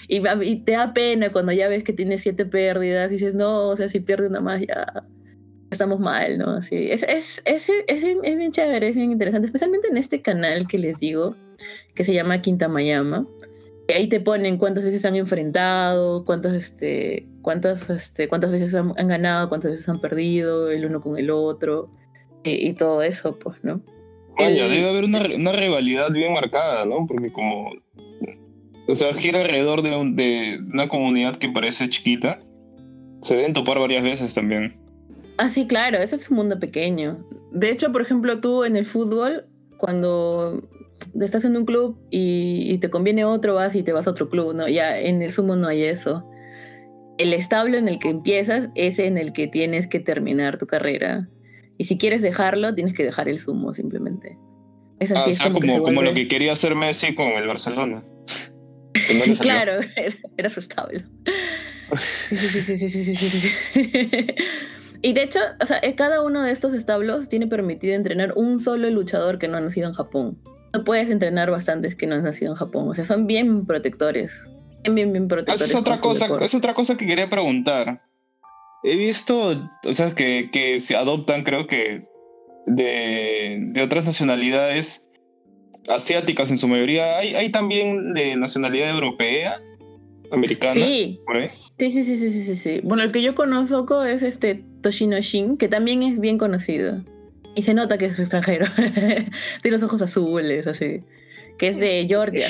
[SPEAKER 3] y, y te da pena cuando ya ves que tiene siete pérdidas y dices, no, o sea, si pierde una más ya estamos mal, ¿no? Así, es, es, es, es, es bien chévere, es bien interesante, especialmente en este canal que les digo, que se llama Quintamayama. Ahí te ponen cuántas veces han enfrentado, cuántas, este, cuántas, este, cuántas veces han, han ganado, cuántas veces han perdido el uno con el otro, y, y todo eso, pues, ¿no?
[SPEAKER 5] Vaya,
[SPEAKER 3] El...
[SPEAKER 5] debe haber una, una rivalidad bien marcada, ¿no? Porque como... O sea, gira alrededor de, un, de una comunidad que parece chiquita. Se deben topar varias veces también.
[SPEAKER 3] Ah, sí, claro, ese es un mundo pequeño. De hecho, por ejemplo, tú en el fútbol, cuando estás en un club y, y te conviene otro, vas y te vas a otro club, ¿no? Ya en el sumo no hay eso. El establo en el que empiezas es en el que tienes que terminar tu carrera. Y si quieres dejarlo, tienes que dejar el sumo, simplemente. Es así,
[SPEAKER 5] Ah, o
[SPEAKER 3] es
[SPEAKER 5] sea,
[SPEAKER 3] como,
[SPEAKER 5] como,
[SPEAKER 3] que se
[SPEAKER 5] como
[SPEAKER 3] vuelve...
[SPEAKER 5] lo que quería hacer Messi con el Barcelona. Que no le salió.
[SPEAKER 3] Claro, era su establo. Sí, sí, sí, sí, sí, sí, sí, sí, sí. Y de hecho, o sea, cada uno de estos establos tiene permitido entrenar un solo luchador que no ha nacido en Japón. No puedes entrenar bastantes que no han nacido en Japón. O sea, son bien protectores. Bien, bien, bien protectores.
[SPEAKER 5] Ah, es otra cosa, es otra cosa que quería preguntar. He visto, o sea, que, que se adoptan, creo que, de, de otras nacionalidades asiáticas en su mayoría. Hay, hay también de nacionalidad europea, americana,
[SPEAKER 3] sí.
[SPEAKER 5] por ahí.
[SPEAKER 3] Sí, sí, sí, sí, sí, sí, sí. Bueno, el que yo conozco es este Toshino Shin, que también es bien conocido. Y se nota que es extranjero. Tiene los ojos azules, así. Que es de Georgia.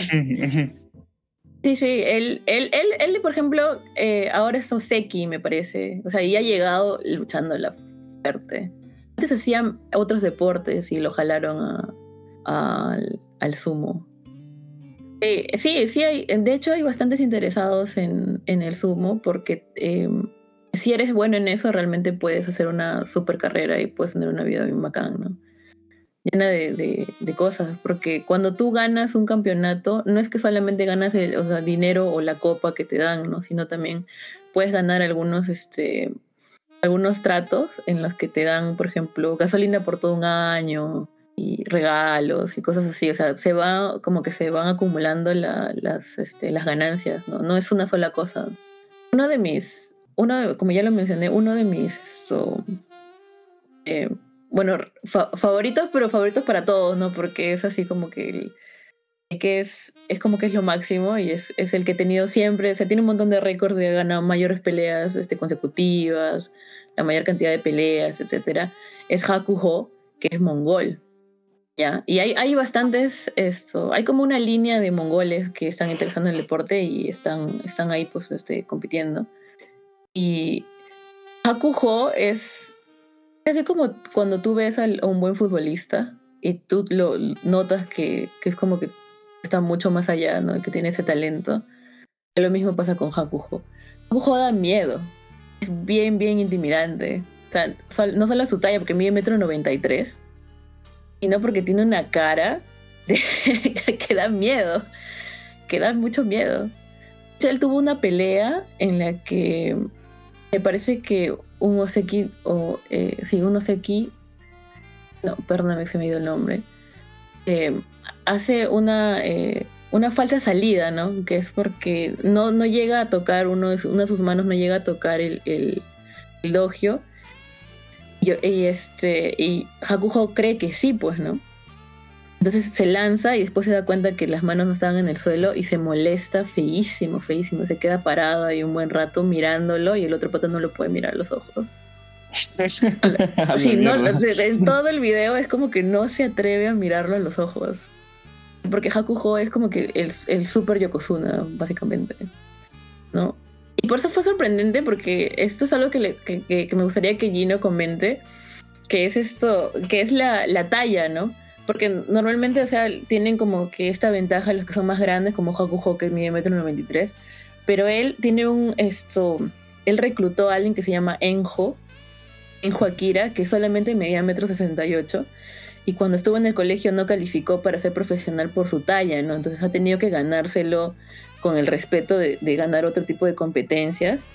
[SPEAKER 3] Sí, sí. Él, él, él, él por ejemplo, eh, ahora es Oseki, me parece. O sea, y ha llegado luchando la fuerte. Antes hacían otros deportes y lo jalaron a, a, al, al sumo. Eh, sí, sí hay, de hecho hay bastantes interesados en, en el sumo porque eh, si eres bueno en eso realmente puedes hacer una super carrera y puedes tener una vida bien bacán, ¿no? Llena de, de, de cosas, porque cuando tú ganas un campeonato no es que solamente ganas el, o sea, dinero o la copa que te dan, ¿no? Sino también puedes ganar algunos, este, algunos tratos en los que te dan, por ejemplo, gasolina por todo un año y regalos y cosas así, o sea, se va como que se van acumulando la, las, este, las ganancias, ¿no? No es una sola cosa. Uno de mis, uno de, como ya lo mencioné, uno de mis, so, eh, bueno, fa- favoritos, pero favoritos para todos, ¿no? Porque es así como que, el, que es, es como que es lo máximo y es, es el que he tenido siempre, o sea, tiene un montón de récords y ha ganado mayores peleas este, consecutivas, la mayor cantidad de peleas, etcétera. Es Hakuho, que es mongol. Ya, y hay, hay bastantes, esto, hay como una línea de mongoles que están interesando en el deporte y están, están ahí pues este, compitiendo. Y Hakuho es así como cuando tú ves a un buen futbolista y tú lo notas que, que es como que está mucho más allá, ¿no? Que tiene ese talento. Lo mismo pasa con Hakuho. Hakuho da miedo, es bien, bien intimidante. O sea, sol, no solo su talla, porque mide metro noventa y tres, sino porque tiene una cara de, que da miedo, que da mucho miedo. O sea, él tuvo una pelea en la que me parece que un Oseki, o eh, sí, un Oseki, no, perdóname, se me dio el nombre, eh, hace una, eh, una falsa salida, ¿no? Que es porque no, no llega a tocar, uno de, su, una de sus manos no llega a tocar el, el, el dogio. Y, y, este, y Hakuho cree que sí, pues, ¿no? Entonces se lanza y después se da cuenta que las manos no estaban en el suelo y se molesta feísimo, feísimo. Se queda parado ahí un buen rato mirándolo y el otro pata no lo puede mirar a los ojos. Sí, no, en todo el video es como que no se atreve a mirarlo a los ojos. Porque Hakuho es como que el, el super Yokozuna, básicamente, ¿no? Y por eso fue sorprendente, porque esto es algo que, le, que, que, que me gustaría que Gino comente, que es esto, que es la, la talla, ¿no? Porque normalmente, o sea, tienen como que esta ventaja los que son más grandes, como Hakuho, que mide metro noventa y tres, pero él tiene un, esto, él reclutó a alguien que se llama Enjo, Enjo Akira, que solamente medía metro sesenta y ocho, y cuando estuvo en el colegio no calificó para ser profesional por su talla, ¿no? Entonces ha tenido que ganárselo con el respeto de, de ganar otro tipo de competencias.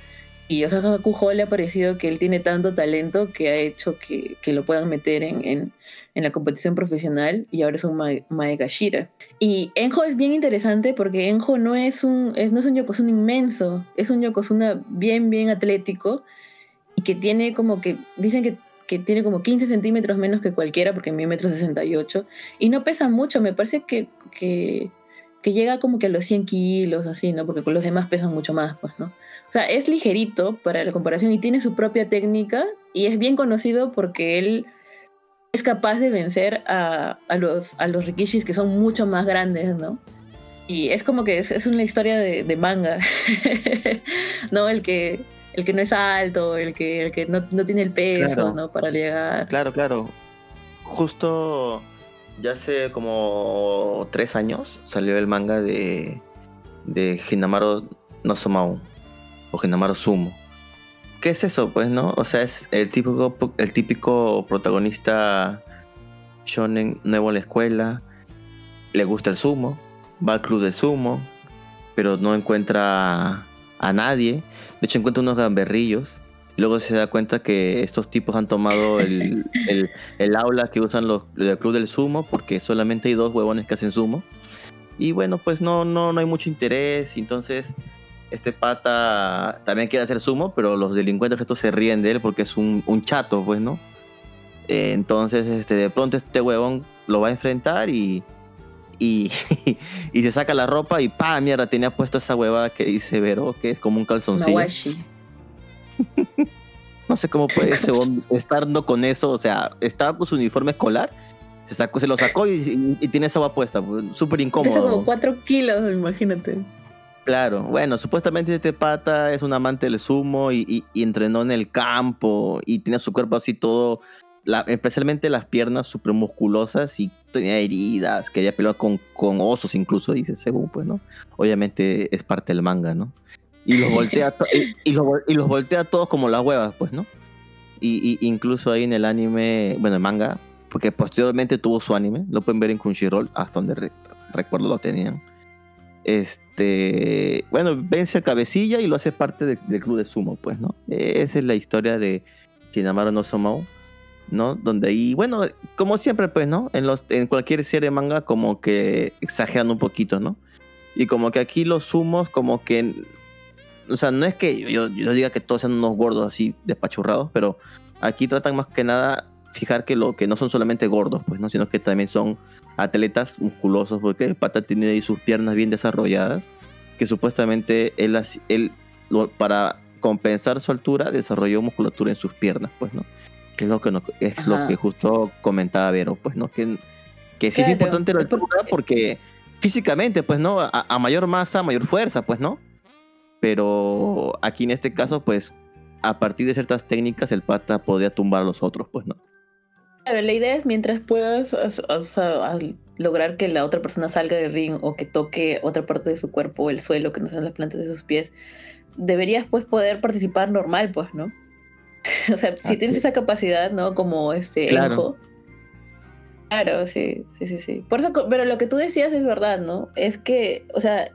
[SPEAKER 3] Y o sea, a Kujo le ha parecido que él tiene tanto talento que ha hecho que, que lo puedan meter en, en, en la competición profesional y ahora es un Mae, Maegashira. Y Enjo es bien interesante porque Enjo no es un, es, no es un Yokozuna inmenso, es un Yokozuna bien, bien atlético y que tiene como que, dicen que, que tiene como quince centímetros menos que cualquiera porque mide metro sesenta y ocho y no pesa mucho, me parece que, que, que llega como que a los cien kilos, así, ¿no? Porque con los demás pesan mucho más, pues, ¿no? O sea, es ligerito para la comparación y tiene su propia técnica y es bien conocido porque él es capaz de vencer a, a, los, a los rikishis que son mucho más grandes, ¿no? Y es como que es, es una historia de, de manga, ¿no? El que, el que no es alto, el que, el que no, no tiene el peso,
[SPEAKER 4] Claro.
[SPEAKER 3] ¿no? Para llegar.
[SPEAKER 4] Claro, claro. Justo ya hace como tres años salió el manga de, de Hinamaru no Somao o Hinamaru Sumo. ¿Qué es eso, pues, no? O sea, es el típico, el típico protagonista shonen nuevo en la escuela, le gusta el sumo, va al club de sumo, pero no encuentra a nadie. De hecho, encuentra unos gamberrillos. Luego se da cuenta que estos tipos han tomado el, el, el aula que usan los del club del sumo porque solamente hay dos huevones que hacen sumo. Y bueno, pues no, no, no hay mucho interés. Entonces, este pata también quiere hacer sumo, pero los delincuentes estos se ríen de él porque es un, un chato, pues, ¿no? Eh, entonces, este, de pronto este huevón lo va a enfrentar y... Y, y se saca la ropa y ¡pa! Mierda, tenía puesto esa huevada que dice Vero, que es como un calzoncillo.
[SPEAKER 3] Mawashi.
[SPEAKER 4] No sé cómo puede ese hombre estar no con eso, o sea, estaba con su uniforme escolar, se sacó, se lo sacó y, y, y tiene esa hueá puesta, pues, súper incómodo.
[SPEAKER 3] Pesa como cuatro kilos, imagínate.
[SPEAKER 4] Claro, bueno, supuestamente este pata es un amante del sumo y, y, y entrenó en el campo y tenía su cuerpo así todo, la, especialmente las piernas súper musculosas y tenía heridas, quería pelear con, con osos incluso, dice, según, pues, ¿no? Obviamente es parte del manga, ¿no? Y los voltea y, y, los, y los voltea todos como las huevas, pues, ¿no? Y, y incluso ahí en el anime, bueno, el manga, porque posteriormente tuvo su anime, lo pueden ver en Crunchyroll, hasta donde re, recuerdo lo tenían. Este, bueno, vence a Cabecilla y lo hace parte de, del club de sumo, pues, ¿no? Esa es la historia de Hinamaru no Somao, ¿no? Donde ahí, bueno, como siempre, pues, ¿no? En, los, en cualquier serie de manga como que exageran un poquito, ¿no? Y como que aquí los sumos como que... O sea, no es que yo, yo diga que todos sean unos gordos así despachurrados, pero aquí tratan más que nada fijar que lo que no son solamente gordos, pues, ¿no? Sino que también son atletas musculosos, porque el pata tiene ahí sus piernas bien desarrolladas, que supuestamente él, él para compensar su altura desarrolló musculatura en sus piernas, pues, ¿no? Que es lo que, no, es lo que justo comentaba Vero, pues, ¿no? Que, que sí claro, es importante la altura porque físicamente, pues, ¿no? A, a mayor masa, mayor fuerza, pues, ¿no? Pero aquí en este caso, pues, a partir de ciertas técnicas, el pata podía tumbar a los otros, pues, ¿no?
[SPEAKER 3] Claro, la idea es mientras puedas o sea, lograr que la otra persona salga del ring o que toque otra parte de su cuerpo, el suelo, que no sean las plantas de sus pies, deberías, pues, poder participar normal, pues, ¿no? O sea, si ah, tienes sí. esa capacidad, ¿no? Como este claro. Enjo. Claro, sí, sí, sí, sí. Por eso, pero lo que tú decías es verdad, ¿no? Es que, o sea...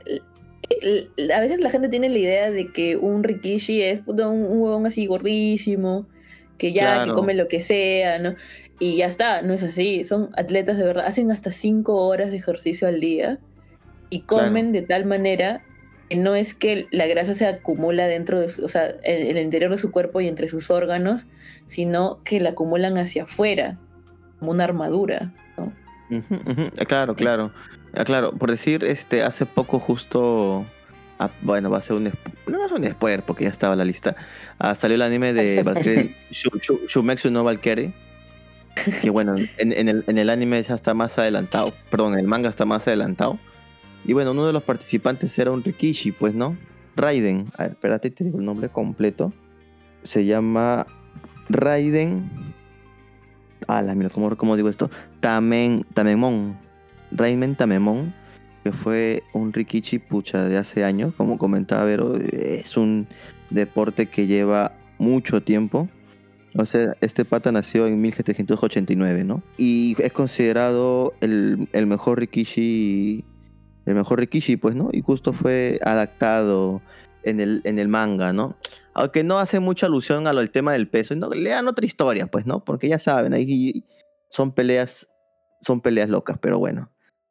[SPEAKER 3] a veces la gente tiene la idea de que un rikishi es un, un huevón así gordísimo, que ya, claro. que come lo que sea, ¿no? Y ya está, no es así, son atletas de verdad, hacen hasta cinco horas de ejercicio al día y comen claro. de tal manera que no es que la grasa se acumula dentro de su, o sea, en el interior de su cuerpo y entre sus órganos, sino que la acumulan hacia afuera, como una armadura, ¿no?
[SPEAKER 4] Uh-huh, uh-huh. Claro, claro. Claro, por decir, este, hace poco justo, ah, bueno, va a ser un, no, no es un spoiler porque ya estaba en la lista, ah, salió el anime de Valkyrie, Shumetsu no Valkyrie, que bueno, en, en, el, en el anime ya está más adelantado, perdón, en el manga está más adelantado, y bueno, uno de los participantes era un rikishi, pues, ¿no? Raiden, a ver, espérate, te digo el nombre completo, se llama Raiden, ah, la mira, ¿cómo, cómo digo esto? Tamen, Tamemon. Raiden Tamemon, que fue un rikishi pucha de hace años, como comentaba Vero, es un deporte que lleva mucho tiempo. O sea, este pata nació en mil setecientos ochenta y nueve, ¿no? Y es considerado el, el mejor rikishi, el mejor rikishi, pues, ¿no? Y justo fue adaptado en el, en el manga, ¿no? Aunque no hace mucha alusión a lo del tema del peso, no, le dan otra historia, pues, ¿no? Porque ya saben, ahí son peleas, son peleas locas, pero bueno.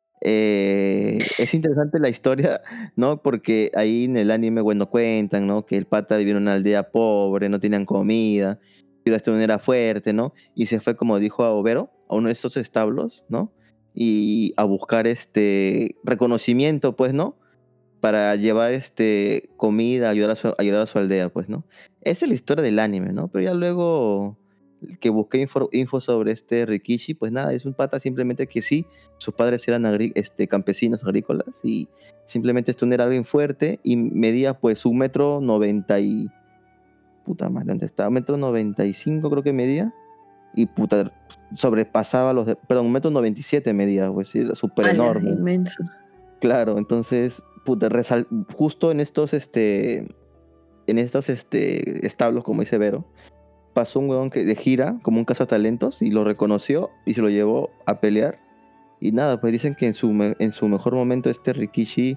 [SPEAKER 4] Eh, es interesante la historia, ¿no? Porque ahí en el anime, bueno, cuentan, ¿no? Que el pata vivía en una aldea pobre, no tenían comida, pero este no era fuerte, ¿no? Y se fue, como dijo a Obero, a uno de estos establos, ¿no? Y a buscar este reconocimiento, pues, ¿no? Para llevar este comida, ayudar a su, ayudar a su aldea, pues, ¿no? Esa es la historia del anime, ¿no? Pero ya luego que busqué info, info sobre este Rikishi, pues nada, es un pata simplemente que sí, sus padres eran agri, este, campesinos agrícolas y simplemente este no era alguien fuerte y medía pues un metro noventa y... Puta madre, ¿dónde está? Un metro noventa y cinco creo que medía y puta, sobrepasaba los... De, perdón, un metro noventa y siete medía, pues era súper enorme.
[SPEAKER 3] Inmenso.
[SPEAKER 4] Claro, entonces, puta, resal, justo en estos, este, en estos, este, establos, como dice Vero, pasó un huevón que de gira, como un cazatalentos, y lo reconoció y se lo llevó a pelear. Y nada, pues dicen que en su, me, en su mejor momento este Rikishi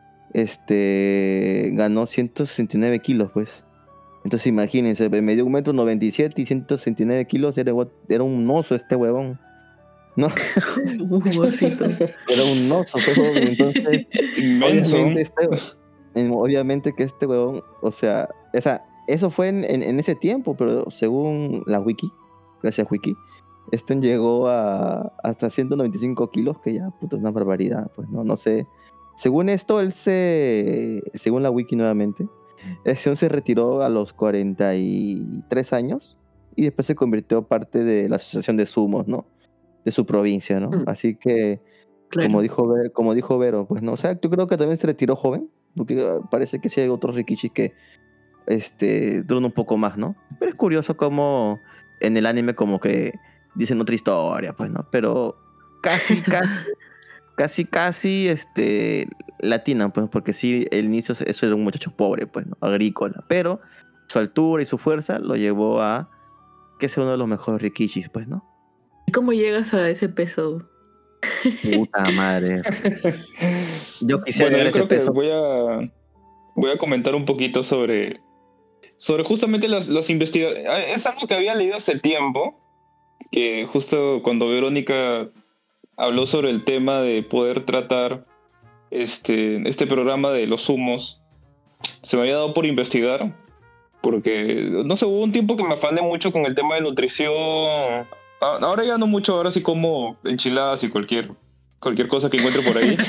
[SPEAKER 4] este, ganó ciento sesenta y nueve kilos, pues. Entonces imagínense, me dio un metro noventa y siete y ciento sesenta y nueve kilos, era, era un oso este huevón. ¿No?
[SPEAKER 3] Un osito.
[SPEAKER 4] Era un oso, pues, entonces,
[SPEAKER 2] inmenso.
[SPEAKER 4] Obviamente, este, obviamente que este huevón, o sea, esa... Eso fue en, en, en ese tiempo, pero según la wiki, gracias wiki, esto llegó a hasta ciento noventa y cinco kilos, que ya, puta, es una barbaridad, pues, no, no sé. Según esto, él se, según la wiki nuevamente, ese se retiró a los cuarenta y tres años y después se convirtió parte de la asociación de sumos, ¿no? De su provincia, ¿no? Mm. Así que, claro. como dijo como dijo Vero, pues, no, o sea, yo creo que también se retiró joven, porque parece que sí hay otros Rikishi que este, duran un poco más, ¿no? Pero es curioso cómo en el anime como que dicen otra historia, pues, ¿no? Pero casi, casi, casi, casi, este, latina, pues, porque sí, el inicio, eso era un muchacho pobre, pues, ¿no? Agrícola, pero su altura y su fuerza lo llevó a que sea uno de los mejores Rikishis, pues, ¿no?
[SPEAKER 3] ¿Cómo llegas a ese peso?
[SPEAKER 4] Puta madre. Yo quisiera
[SPEAKER 5] bueno,
[SPEAKER 4] llegar
[SPEAKER 5] yo
[SPEAKER 4] a ese
[SPEAKER 5] creo que
[SPEAKER 4] peso.
[SPEAKER 5] voy a, voy a comentar un poquito sobre Sobre justamente las, las investigaciones. Es algo que había leído hace tiempo, que justo cuando Verónica habló sobre el tema de poder tratar este, este programa de los humos, se me había dado por investigar, porque, no sé, hubo un tiempo que me afané mucho con el tema de nutrición. Ahora ya no mucho, ahora sí como enchiladas y cualquier, cualquier cosa que encuentre por ahí.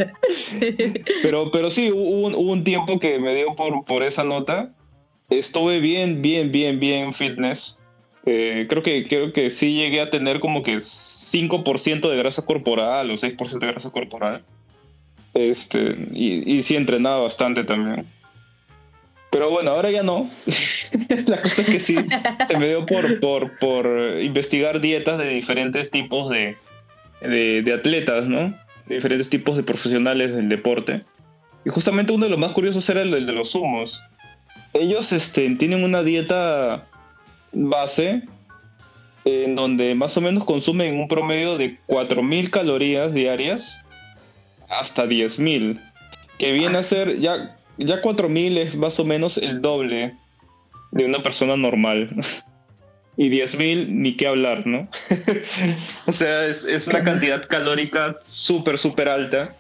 [SPEAKER 5] pero, pero sí, hubo un, hubo un tiempo que me dio por, por esa nota. Estuve bien, bien, bien, bien fitness. Eh, creo que creo que sí llegué a tener como que cinco por ciento de grasa corporal o seis por ciento de grasa corporal. Este, y, y sí entrenaba bastante también. Pero bueno, ahora ya no. La cosa es que sí, se me dio por, por, por investigar dietas de diferentes tipos de, de, de atletas, ¿no? De diferentes tipos de profesionales del deporte. Y justamente uno de los más curiosos era el de los sumos. Ellos este, tienen una dieta base en donde más o menos consumen un promedio de cuatro mil calorías diarias hasta diez mil, que viene a ser, ya, ya cuatro mil es más o menos el doble de una persona normal. Y diez mil ni qué hablar, ¿no? O sea, es, es una cantidad calórica súper, súper alta.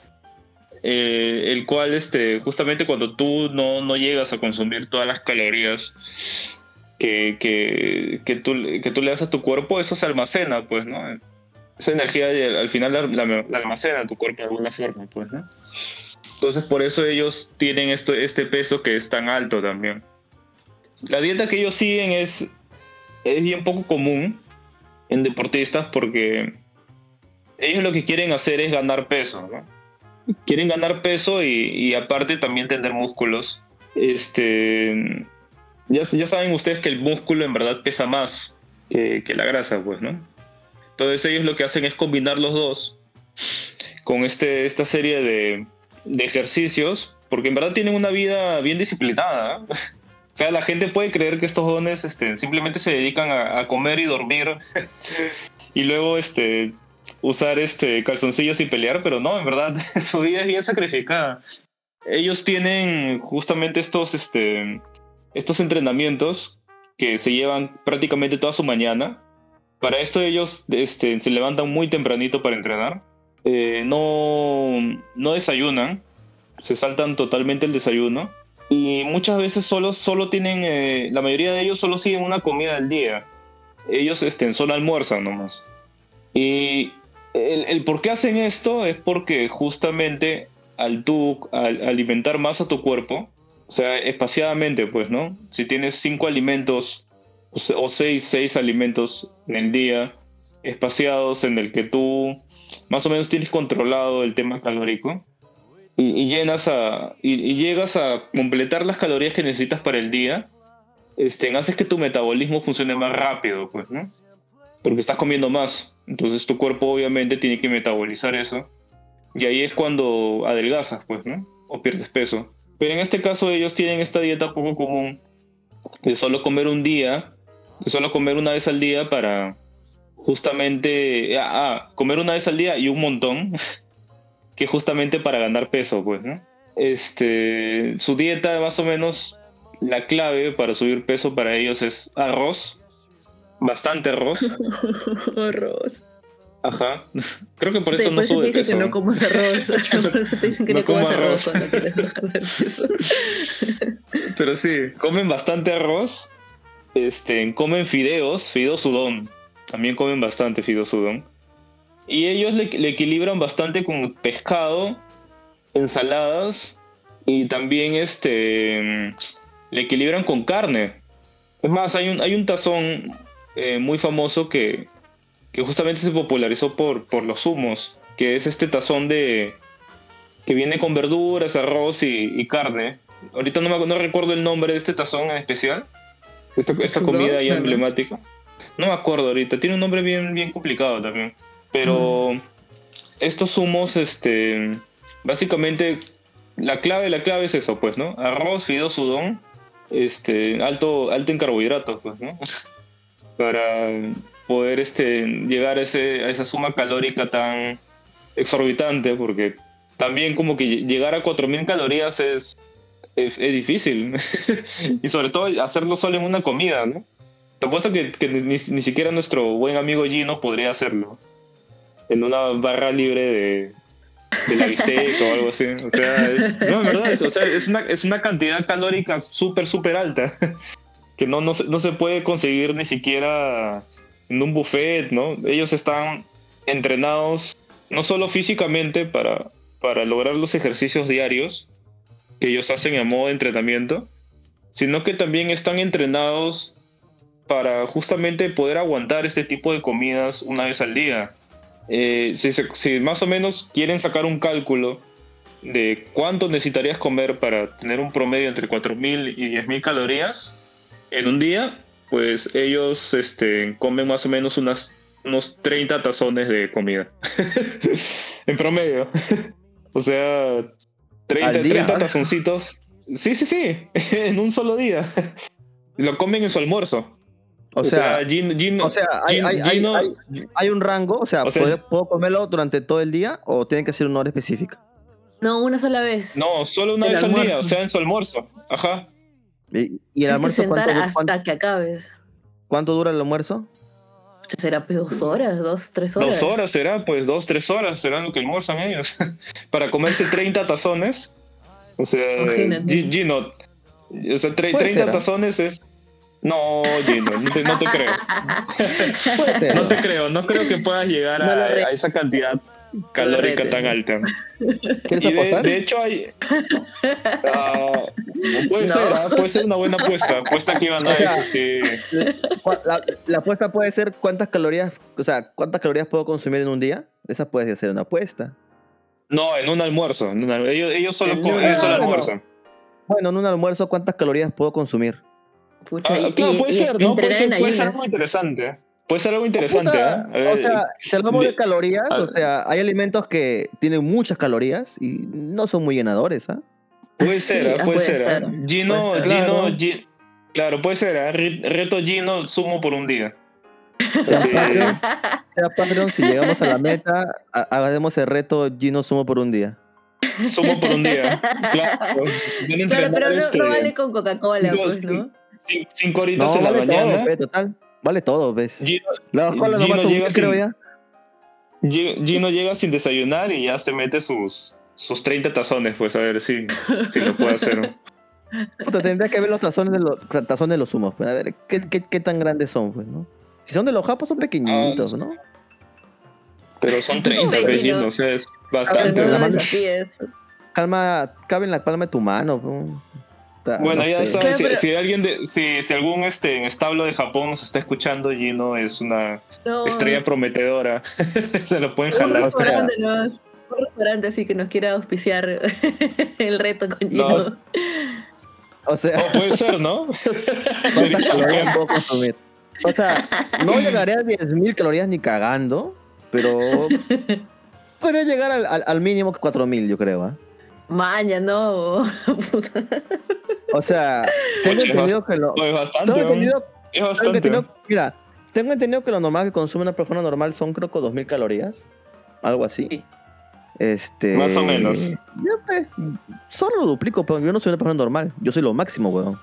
[SPEAKER 5] Eh, el cual este, justamente cuando tú no, no llegas a consumir todas las calorías que, que, que, tú, que tú le das a tu cuerpo, eso se almacena, pues, ¿no? Esa energía al final la, la, la almacena tu cuerpo de alguna forma, pues, ¿no? Entonces por eso ellos tienen esto, este peso que es tan alto también. La dieta que ellos siguen es, es bien poco común en deportistas porque ellos lo que quieren hacer es ganar peso, ¿no? Quieren ganar peso y, y aparte también tener músculos. Este, ya, ya saben ustedes que el músculo en verdad pesa más que, que la grasa, pues, ¿no? Entonces ellos lo que hacen es combinar los dos con este, esta serie de, de ejercicios, porque en verdad tienen una vida bien disciplinada, ¿eh? O sea, la gente puede creer que estos jóvenes este, simplemente se dedican a, a comer y dormir y luego este, usar este, calzoncillos y pelear, pero no, en verdad su vida es bien sacrificada. ellos tienen justamente estos, este, estos entrenamientos que se llevan prácticamente toda su mañana. Para esto ellos este, se levantan muy tempranito para entrenar. Eh, no, no desayunan, se saltan totalmente el desayuno. Y muchas veces solo, solo tienen, eh, la mayoría de ellos solo siguen una comida al día. Ellos este, solo almuerzan nomás. Y el, el por qué hacen esto es porque justamente al tú al alimentar más a tu cuerpo, o sea, espaciadamente, pues, ¿no? Si tienes cinco alimentos o seis, seis alimentos en el día, espaciados en el que tú más o menos tienes controlado el tema calórico y, y llenas a y, y llegas a completar las calorías que necesitas para el día, este, haces que tu metabolismo funcione más rápido, pues, ¿no? Porque estás comiendo más, entonces tu cuerpo obviamente tiene que metabolizar eso y ahí es cuando adelgazas, pues, ¿no? O pierdes peso. Pero en este caso ellos tienen esta dieta poco común de solo comer un día, de solo comer una vez al día para justamente, ah, ah, comer una vez al día y un montón, que justamente para ganar peso, pues, ¿no? Este, su dieta más o menos, la clave para subir peso para ellos es arroz, bastante arroz.
[SPEAKER 3] Arroz.
[SPEAKER 5] Ajá. Creo que por eso
[SPEAKER 3] sí,
[SPEAKER 5] no
[SPEAKER 3] por eso
[SPEAKER 5] sube
[SPEAKER 3] te dicen
[SPEAKER 5] peso.
[SPEAKER 3] que no comas arroz. Por eso te dicen que no,
[SPEAKER 5] No
[SPEAKER 3] comas
[SPEAKER 5] como
[SPEAKER 3] arroz,
[SPEAKER 5] arroz.
[SPEAKER 3] cuando quieres bajar de peso.
[SPEAKER 5] Pero sí, comen bastante arroz. Este, comen fideos, fideos udon. También comen bastante fideos udon. Y ellos le, le equilibran bastante con pescado, ensaladas y también este le equilibran con carne. Es más, hay un, hay un tazón eh, muy famoso que, que justamente se popularizó por, por los zumos, que es este tazón de que viene con verduras, arroz y, y carne. Ahorita no, me, no recuerdo el nombre de este tazón en especial, esta, esta comida ya emblemática. No me acuerdo ahorita, tiene un nombre bien, bien complicado también. Pero mm. estos zumos, este, básicamente, la clave, la clave es eso, pues, ¿no? Arroz, fideos, udon, este, alto, alto en carbohidratos, pues, ¿no? Para poder este, llegar a, ese, a esa suma calórica tan exorbitante, porque también como que llegar a cuatro mil calorías es, es, es difícil. Y sobre todo hacerlo solo en una comida, ¿no? Te apuesto que, que ni, ni siquiera nuestro buen amigo Gino podría hacerlo en una barra libre de, de la bisteca o algo así. O sea, es, no, en verdad, es, o sea, es, una, es una cantidad calórica súper, súper alta que no, no, no se puede conseguir ni siquiera en un buffet, ¿no? Ellos están entrenados no solo físicamente para, para lograr los ejercicios diarios que ellos hacen a modo de entrenamiento, sino que también están entrenados para justamente poder aguantar este tipo de comidas una vez al día. Eh, si, si más o menos quieren sacar un cálculo de cuánto necesitarías comer para tener un promedio entre cuatro mil y diez mil calorías en un día, pues ellos este, comen más o menos unas, unos treinta tazones de comida en promedio. O sea, treinta, treinta tazoncitos. Sí, sí, sí, en un solo día. Lo comen en su almuerzo.
[SPEAKER 4] O sea,
[SPEAKER 5] o sea, Gino, Gino,
[SPEAKER 4] o sea hay,
[SPEAKER 5] Gino,
[SPEAKER 4] hay, hay,
[SPEAKER 5] Gino,
[SPEAKER 4] hay, hay un rango, o sea,
[SPEAKER 5] o sea,
[SPEAKER 4] ¿puedo, ¿puedo comerlo durante todo el día o tiene que ser una hora específica?
[SPEAKER 3] No, una sola vez.
[SPEAKER 5] No, solo una
[SPEAKER 3] el
[SPEAKER 5] vez
[SPEAKER 3] almuerzo.
[SPEAKER 5] al día, o sea, en su almuerzo. Ajá.
[SPEAKER 4] ¿Y, y el
[SPEAKER 3] Tienes
[SPEAKER 4] almuerzo
[SPEAKER 3] que sentar
[SPEAKER 4] cuánto,
[SPEAKER 3] hasta
[SPEAKER 4] cuánto,
[SPEAKER 3] que acabes.
[SPEAKER 4] cuánto dura el almuerzo?
[SPEAKER 3] ¿Será pues dos horas? ¿Dos, tres horas?
[SPEAKER 5] Dos horas será, pues dos, tres horas será lo que almuerzan ellos. Para comerse treinta tazones. O sea,
[SPEAKER 3] Imagínate.
[SPEAKER 5] Gino, o sea, tre-
[SPEAKER 4] Puede
[SPEAKER 5] treinta
[SPEAKER 4] ser, ¿eh?
[SPEAKER 5] tazones es... No, Gino, no te, no te creo.
[SPEAKER 4] Puede ser.
[SPEAKER 5] No te creo, no creo que puedas llegar
[SPEAKER 3] No lo
[SPEAKER 5] a,
[SPEAKER 3] re-
[SPEAKER 5] a esa cantidad calórica
[SPEAKER 3] rete,
[SPEAKER 5] tan
[SPEAKER 3] ¿no?
[SPEAKER 5] alta.
[SPEAKER 4] ¿Quieres
[SPEAKER 5] Y de,
[SPEAKER 4] apostar?
[SPEAKER 5] de hecho hay... ah, puede
[SPEAKER 3] No.
[SPEAKER 5] ser, ¿ah? Puede ser una buena apuesta. Apuesta que iban a
[SPEAKER 4] O sea,
[SPEAKER 5] eso, sí.
[SPEAKER 4] La, la, la apuesta puede ser cuántas calorías, o sea, cuántas calorías puedo consumir en un día. Esa puede ser una apuesta.
[SPEAKER 5] No, en un almuerzo. En una- ellos, ellos solo,
[SPEAKER 3] En
[SPEAKER 5] co-
[SPEAKER 3] un
[SPEAKER 5] ellos solo
[SPEAKER 3] almuerzo.
[SPEAKER 5] almuerzan.
[SPEAKER 4] Bueno, en un almuerzo, ¿cuántas calorías puedo consumir?
[SPEAKER 3] Pucha,
[SPEAKER 5] Ah,
[SPEAKER 3] y,
[SPEAKER 5] claro,
[SPEAKER 3] y-
[SPEAKER 5] puede
[SPEAKER 3] y
[SPEAKER 5] ser, ¿no? Puede
[SPEAKER 3] entrenar
[SPEAKER 5] ser,
[SPEAKER 3] en
[SPEAKER 5] puede ser
[SPEAKER 3] ayunas.
[SPEAKER 5] algo interesante. Puede ser algo interesante,
[SPEAKER 4] Puta,
[SPEAKER 5] ¿eh? A
[SPEAKER 4] o
[SPEAKER 5] ver,
[SPEAKER 4] sea, si hablamos de
[SPEAKER 5] li-
[SPEAKER 4] calorías,
[SPEAKER 5] ah,
[SPEAKER 4] o sea, hay alimentos que tienen muchas calorías y no son muy llenadores, ¿ah?
[SPEAKER 5] puede
[SPEAKER 3] Sí,
[SPEAKER 5] ser, ¿eh?
[SPEAKER 3] ah,
[SPEAKER 5] puede,
[SPEAKER 3] puede
[SPEAKER 5] ser. ¿eh?
[SPEAKER 3] ser,
[SPEAKER 5] Gino,
[SPEAKER 3] puede ser.
[SPEAKER 5] Gino,
[SPEAKER 4] Claro.
[SPEAKER 5] Gi- claro, puede ser, ¿eh? Re- Reto Gino, sumo por un día.
[SPEAKER 4] Sea
[SPEAKER 5] Sí.
[SPEAKER 4] Patreon, sea Patreon, si llegamos a la meta, ha- hagamos el reto Gino Sumo por un día.
[SPEAKER 5] Sumo por un día. Claro,
[SPEAKER 3] claro pero no, este, no vale con Coca-Cola,
[SPEAKER 5] cinco,
[SPEAKER 3] pues, ¿no?
[SPEAKER 5] Cinco horitas
[SPEAKER 4] no,
[SPEAKER 5] en la
[SPEAKER 4] vale
[SPEAKER 5] mañana.
[SPEAKER 4] Todo, pe, total. Vale todo, ¿ves?
[SPEAKER 5] Gino,
[SPEAKER 4] la Coca-Cola nomás son, creo ya.
[SPEAKER 5] Gino llega sin desayunar y ya se mete sus, sus treinta tazones, pues a ver si, si lo puede hacer.
[SPEAKER 4] Puta, tendría que ver los tazones de los, tazones de los zumos, pues a ver qué, qué, qué tan grandes son, pues, ¿no? Si son de los japos son pequeñitos, ah, ¿no?
[SPEAKER 5] Pero son treinta,
[SPEAKER 3] sí,
[SPEAKER 5] pues, Gino,
[SPEAKER 3] no.
[SPEAKER 5] o sea, es bastante.
[SPEAKER 3] No,
[SPEAKER 4] la
[SPEAKER 3] no
[SPEAKER 4] calma, cabe en la palma de tu mano, ¿no? Ta,
[SPEAKER 5] bueno,
[SPEAKER 4] no
[SPEAKER 5] ya
[SPEAKER 4] sé.
[SPEAKER 5] sabes,
[SPEAKER 3] claro,
[SPEAKER 5] si,
[SPEAKER 3] pero...
[SPEAKER 5] si alguien de, si, si algún este establo de Japón nos está escuchando, Gino es una
[SPEAKER 3] no.
[SPEAKER 5] estrella prometedora. Se lo pueden
[SPEAKER 3] un
[SPEAKER 5] jalar.
[SPEAKER 3] Restaurante, o sea, nos, un restaurante así que nos quiera auspiciar el reto con Gino.
[SPEAKER 5] No,
[SPEAKER 4] o sea,
[SPEAKER 5] oh, puede ser, ¿no?
[SPEAKER 4] ¿Cuántas calorías puedo consumir? O sea, no llegaré a diez mil calorías ni cagando, pero podría llegar al, al, al mínimo cuatro mil, yo creo, ¿eh?
[SPEAKER 3] Maña, no.
[SPEAKER 4] O sea, tengo
[SPEAKER 5] Oye,
[SPEAKER 4] entendido que lo...
[SPEAKER 5] Es bastante,
[SPEAKER 4] tengo entendido,
[SPEAKER 5] es bastante.
[SPEAKER 4] Tengo entendido, mira, tengo entendido que lo normal que consume una persona normal son creo que dos mil calorías. Algo así.
[SPEAKER 3] Sí.
[SPEAKER 4] Este...
[SPEAKER 5] Más o menos.
[SPEAKER 4] Yo, pues, solo lo duplico, pero yo no soy una persona normal. Yo soy lo máximo, weón.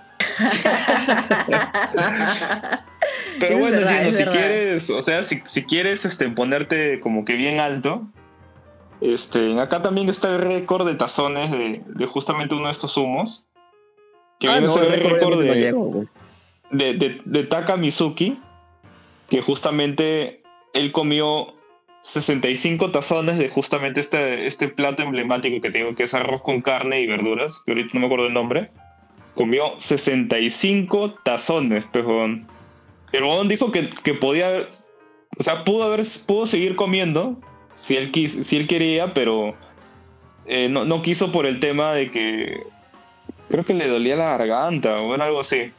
[SPEAKER 5] Pero
[SPEAKER 3] es
[SPEAKER 5] bueno,
[SPEAKER 3] verdad,
[SPEAKER 5] Gino, si
[SPEAKER 3] verdad.
[SPEAKER 5] quieres, o sea, si, si quieres este, ponerte como que bien alto, este, acá también está el récord de tazones de, de justamente uno de estos zumos. Que
[SPEAKER 4] ah,
[SPEAKER 5] viene
[SPEAKER 4] no,
[SPEAKER 5] a ser el récord de,
[SPEAKER 4] no llego,
[SPEAKER 5] de, de, de Taka Mizuki, que justamente él comió sesenta y cinco tazones de justamente este, este plato emblemático que tengo, que es arroz con carne y verduras, que ahorita no me acuerdo el nombre. Comió sesenta y cinco tazones, pejón. El huevón dijo que, que podía, o sea, pudo haber, pudo seguir comiendo si él quis, si él quería, pero eh, no, no quiso por el tema de que creo que le dolía la garganta o era algo así.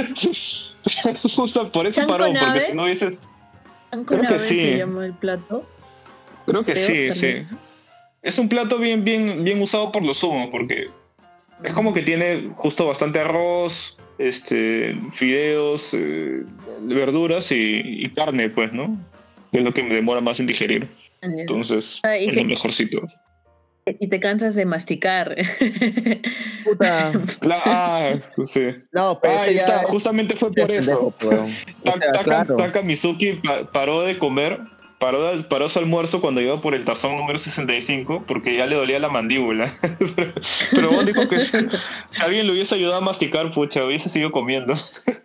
[SPEAKER 5] Justo por eso paró, porque si no hubiese.
[SPEAKER 3] Creo que sí. ¿Se llama el plato?
[SPEAKER 5] Creo que
[SPEAKER 3] Creo,
[SPEAKER 5] sí, sí. Es un plato bien, bien, bien usado por los sumos, porque es como que tiene justo bastante arroz, este, fideos, eh, verduras y, y carne, pues, ¿no? Que es lo que me demora más en digerir. Entonces, ah, es si, lo mejorcito.
[SPEAKER 3] Y te cansas de masticar.
[SPEAKER 4] Puta.
[SPEAKER 5] Claro, ah, sí.
[SPEAKER 4] No, pero
[SPEAKER 5] ah, ahí está, es, justamente fue por eso.
[SPEAKER 4] Pendejo,
[SPEAKER 5] Taka, o sea, claro. Taka Mizuki paró de comer, paró, paró su almuerzo cuando iba por el tazón número sesenta y cinco, porque ya le dolía la mandíbula. pero, pero vos dijo que si, si alguien le hubiese ayudado a masticar, pucha, hubiese seguido comiendo.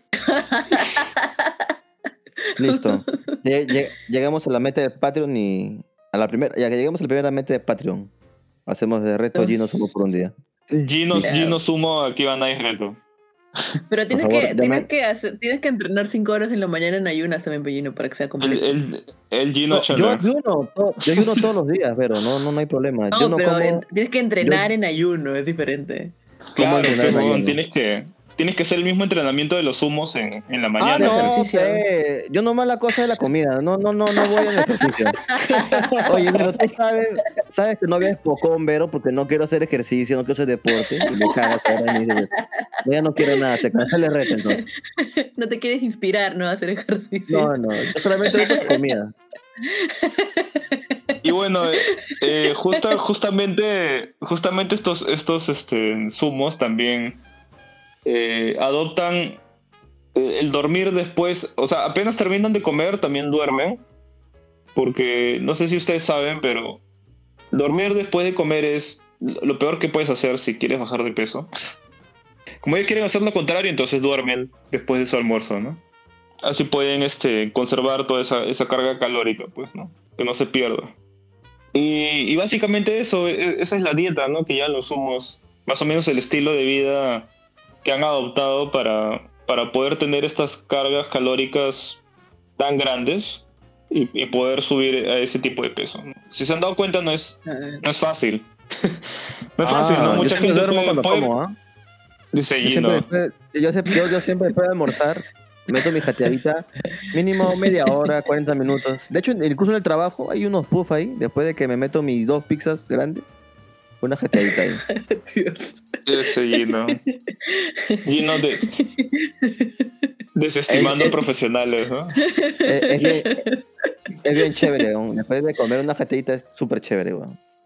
[SPEAKER 4] Listo. Lleg- llegamos a la meta de Patreon y a la primera, ya que llegamos a la primera meta de Patreon, hacemos el reto Gino Sumo por un día.
[SPEAKER 5] Gino, Gino Sumo, aquí van a ir reto.
[SPEAKER 3] Pero tienes
[SPEAKER 4] favor,
[SPEAKER 3] que, tienes que hacer, tienes que entrenar cinco horas en la mañana en ayunas también, Gino, para que sea completo.
[SPEAKER 5] El, el, el Gino
[SPEAKER 4] no, yo ayuno, todo, yo ayuno todos los días, pero no, no, no hay problema.
[SPEAKER 3] No,
[SPEAKER 4] yo no
[SPEAKER 3] pero
[SPEAKER 4] como,
[SPEAKER 3] en, tienes que entrenar
[SPEAKER 4] yo,
[SPEAKER 3] en ayuno, es diferente.
[SPEAKER 5] Claro, pero tienes que tienes que hacer el mismo entrenamiento de los sumos en, en la mañana.
[SPEAKER 4] Ah, no, pe, yo nomás la cosa de la comida, no, no, no, no voy al ejercicio. Oye, pero tú sabes, sabes que no había espocón, Vero, porque no quiero hacer ejercicio, no quiero hacer deporte, y me cagas ahora y me dice, ya no quiero nada, se cansa el reto entonces.
[SPEAKER 3] No te quieres inspirar, ¿no? A hacer ejercicio.
[SPEAKER 4] No, no, yo solamente voy por comida.
[SPEAKER 5] Y bueno, eh, justa, justamente, justamente estos, estos este, sumos también eh, adoptan eh, el dormir después, o sea, apenas terminan de comer también duermen, porque no sé si ustedes saben, pero dormir después de comer es lo peor que puedes hacer si quieres bajar de peso. Como ellos quieren hacer lo contrario, entonces duermen después de su almuerzo, ¿no? Así pueden este, conservar toda esa, esa carga calórica, pues, ¿no? Que no se pierda. Y, y básicamente eso, esa es la dieta, ¿no? Que ya los sumos, más o menos el estilo de vida que han adoptado para, para poder tener estas cargas calóricas tan grandes y, y poder subir a ese tipo de peso, ¿no? Si se han dado cuenta, no es, no es fácil. No es fácil,
[SPEAKER 4] ah,
[SPEAKER 5] ¿no? Mucha gente
[SPEAKER 4] duermo
[SPEAKER 5] puede,
[SPEAKER 4] cuando
[SPEAKER 5] puede...
[SPEAKER 4] como, ¿ah?
[SPEAKER 5] Dice
[SPEAKER 4] yo,
[SPEAKER 5] Gino.
[SPEAKER 4] siempre, yo, yo, yo siempre después de almorzar meto mi jateadita, mínimo media hora, cuarenta minutos. De hecho, incluso en el trabajo hay unos puffs ahí, después de que me meto mis dos pizzas grandes, una jateadita ahí.
[SPEAKER 3] Dios.
[SPEAKER 5] Ese Gino. Gino de... desestimando
[SPEAKER 4] es, es,
[SPEAKER 5] profesionales, ¿no?
[SPEAKER 4] Es, es, bien, es bien chévere, ¿no? Después de comer una jateadita es súper chévere, weón.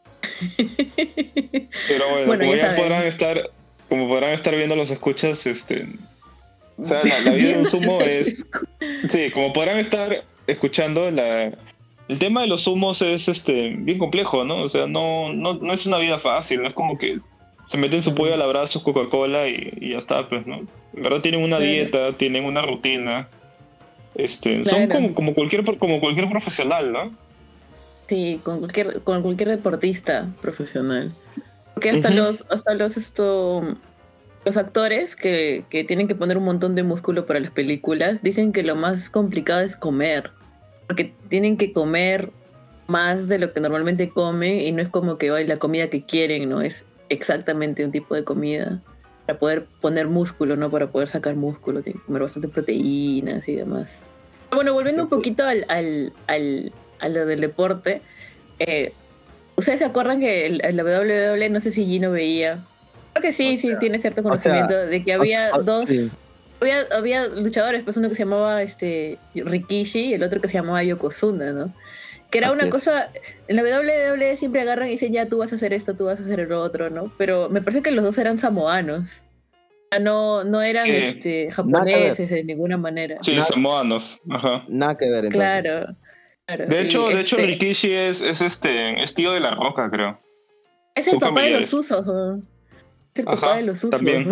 [SPEAKER 5] Pero bueno,
[SPEAKER 3] Bueno,
[SPEAKER 5] como
[SPEAKER 3] ya
[SPEAKER 5] ya
[SPEAKER 3] saben.
[SPEAKER 5] podrán estar, como podrán estar viendo los escuchas, este, o sea, la, la vida de un sumo es, sí, como podrán estar escuchando, la, el tema de los sumos es, este, bien complejo, ¿no? O sea, no, no, no es una vida fácil, no es como que se meten su pollo a la brasa, su Coca-Cola y, y ya está, pues, ¿no? En verdad tienen una
[SPEAKER 3] Claro.
[SPEAKER 5] dieta, tienen una rutina, este,
[SPEAKER 3] Claro.
[SPEAKER 5] son como, como cualquier, como cualquier profesional, ¿no?
[SPEAKER 3] Sí, con cualquier, con cualquier deportista profesional. Porque hasta
[SPEAKER 5] Ujú.
[SPEAKER 3] los, hasta los esto, los actores que, que tienen que poner un montón de músculo para las películas, dicen que lo más complicado es comer. Porque tienen que comer más de lo que normalmente come, y no es como que hoy la comida que quieren, no es exactamente un tipo de comida para poder poner músculo, no para poder sacar músculo, tienen que comer bastante proteínas y demás. Pero bueno, volviendo un poquito al, al, al, a lo del deporte, eh, ¿ustedes se acuerdan que el- la doble u doble u E, no sé si Gino veía? Creo que sí, sí, tiene cierto
[SPEAKER 4] o sea,
[SPEAKER 3] conocimiento de que
[SPEAKER 4] o
[SPEAKER 3] había
[SPEAKER 4] sea,
[SPEAKER 3] dos...
[SPEAKER 4] sí.
[SPEAKER 3] Había, había luchadores, pues uno que se llamaba este, Rikishi y el otro que se llamaba Yokozuna, ¿no? Que era
[SPEAKER 4] Así
[SPEAKER 3] una
[SPEAKER 4] es.
[SPEAKER 3] cosa... En la doble u doble u E siempre agarran y dicen, ya, tú vas a hacer esto, tú vas a hacer el otro, ¿no? Pero me parece que los dos eran samoanos. O sea, no, no eran
[SPEAKER 5] Sí.
[SPEAKER 3] este,
[SPEAKER 4] Nada que ver.
[SPEAKER 3] japoneses de ninguna manera.
[SPEAKER 5] Sí,
[SPEAKER 4] Nada-
[SPEAKER 5] samoanos, ajá.
[SPEAKER 4] Nada que ver, entonces.
[SPEAKER 3] Claro, claro.
[SPEAKER 5] De
[SPEAKER 3] Y
[SPEAKER 5] hecho, de hecho
[SPEAKER 3] este,
[SPEAKER 5] Rikishi es, es este, es tío de la Roca, creo.
[SPEAKER 3] es el
[SPEAKER 5] son
[SPEAKER 3] papá de los
[SPEAKER 5] familiares.
[SPEAKER 3] usos, ¿no? Es el
[SPEAKER 5] Ajá,
[SPEAKER 3] papá de los usos.
[SPEAKER 5] también.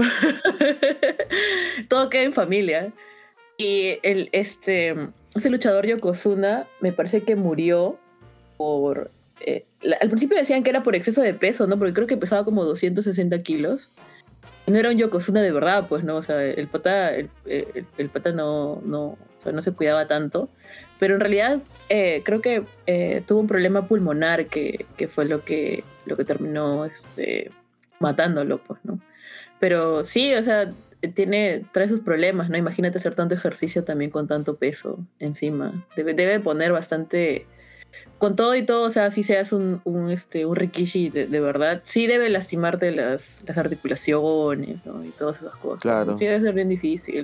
[SPEAKER 3] Todo queda en familia. Y el, este, ese luchador Yokozuna me parece que murió por... eh, la- al principio decían que era por exceso de peso, ¿no? Porque creo que pesaba como doscientos sesenta kilos. Y no era un Yokozuna de verdad, pues, ¿no? O sea, el pata, el, el- el pata no, no, o sea, no se cuidaba tanto. Pero en realidad eh, creo que eh, tuvo un problema pulmonar que, que fue lo que, lo que terminó este, matándolo, pues, ¿no? Pero sí, o sea, tiene, trae sus problemas, ¿no? Imagínate hacer tanto ejercicio también con tanto peso encima. Debe, debe poner bastante... Con todo y todo, o sea, si seas un, un, este, un Rikishi de, de verdad, sí debe lastimarte las, las articulaciones, ¿no? Y todas esas cosas.
[SPEAKER 4] Claro.
[SPEAKER 3] Sí debe ser bien difícil.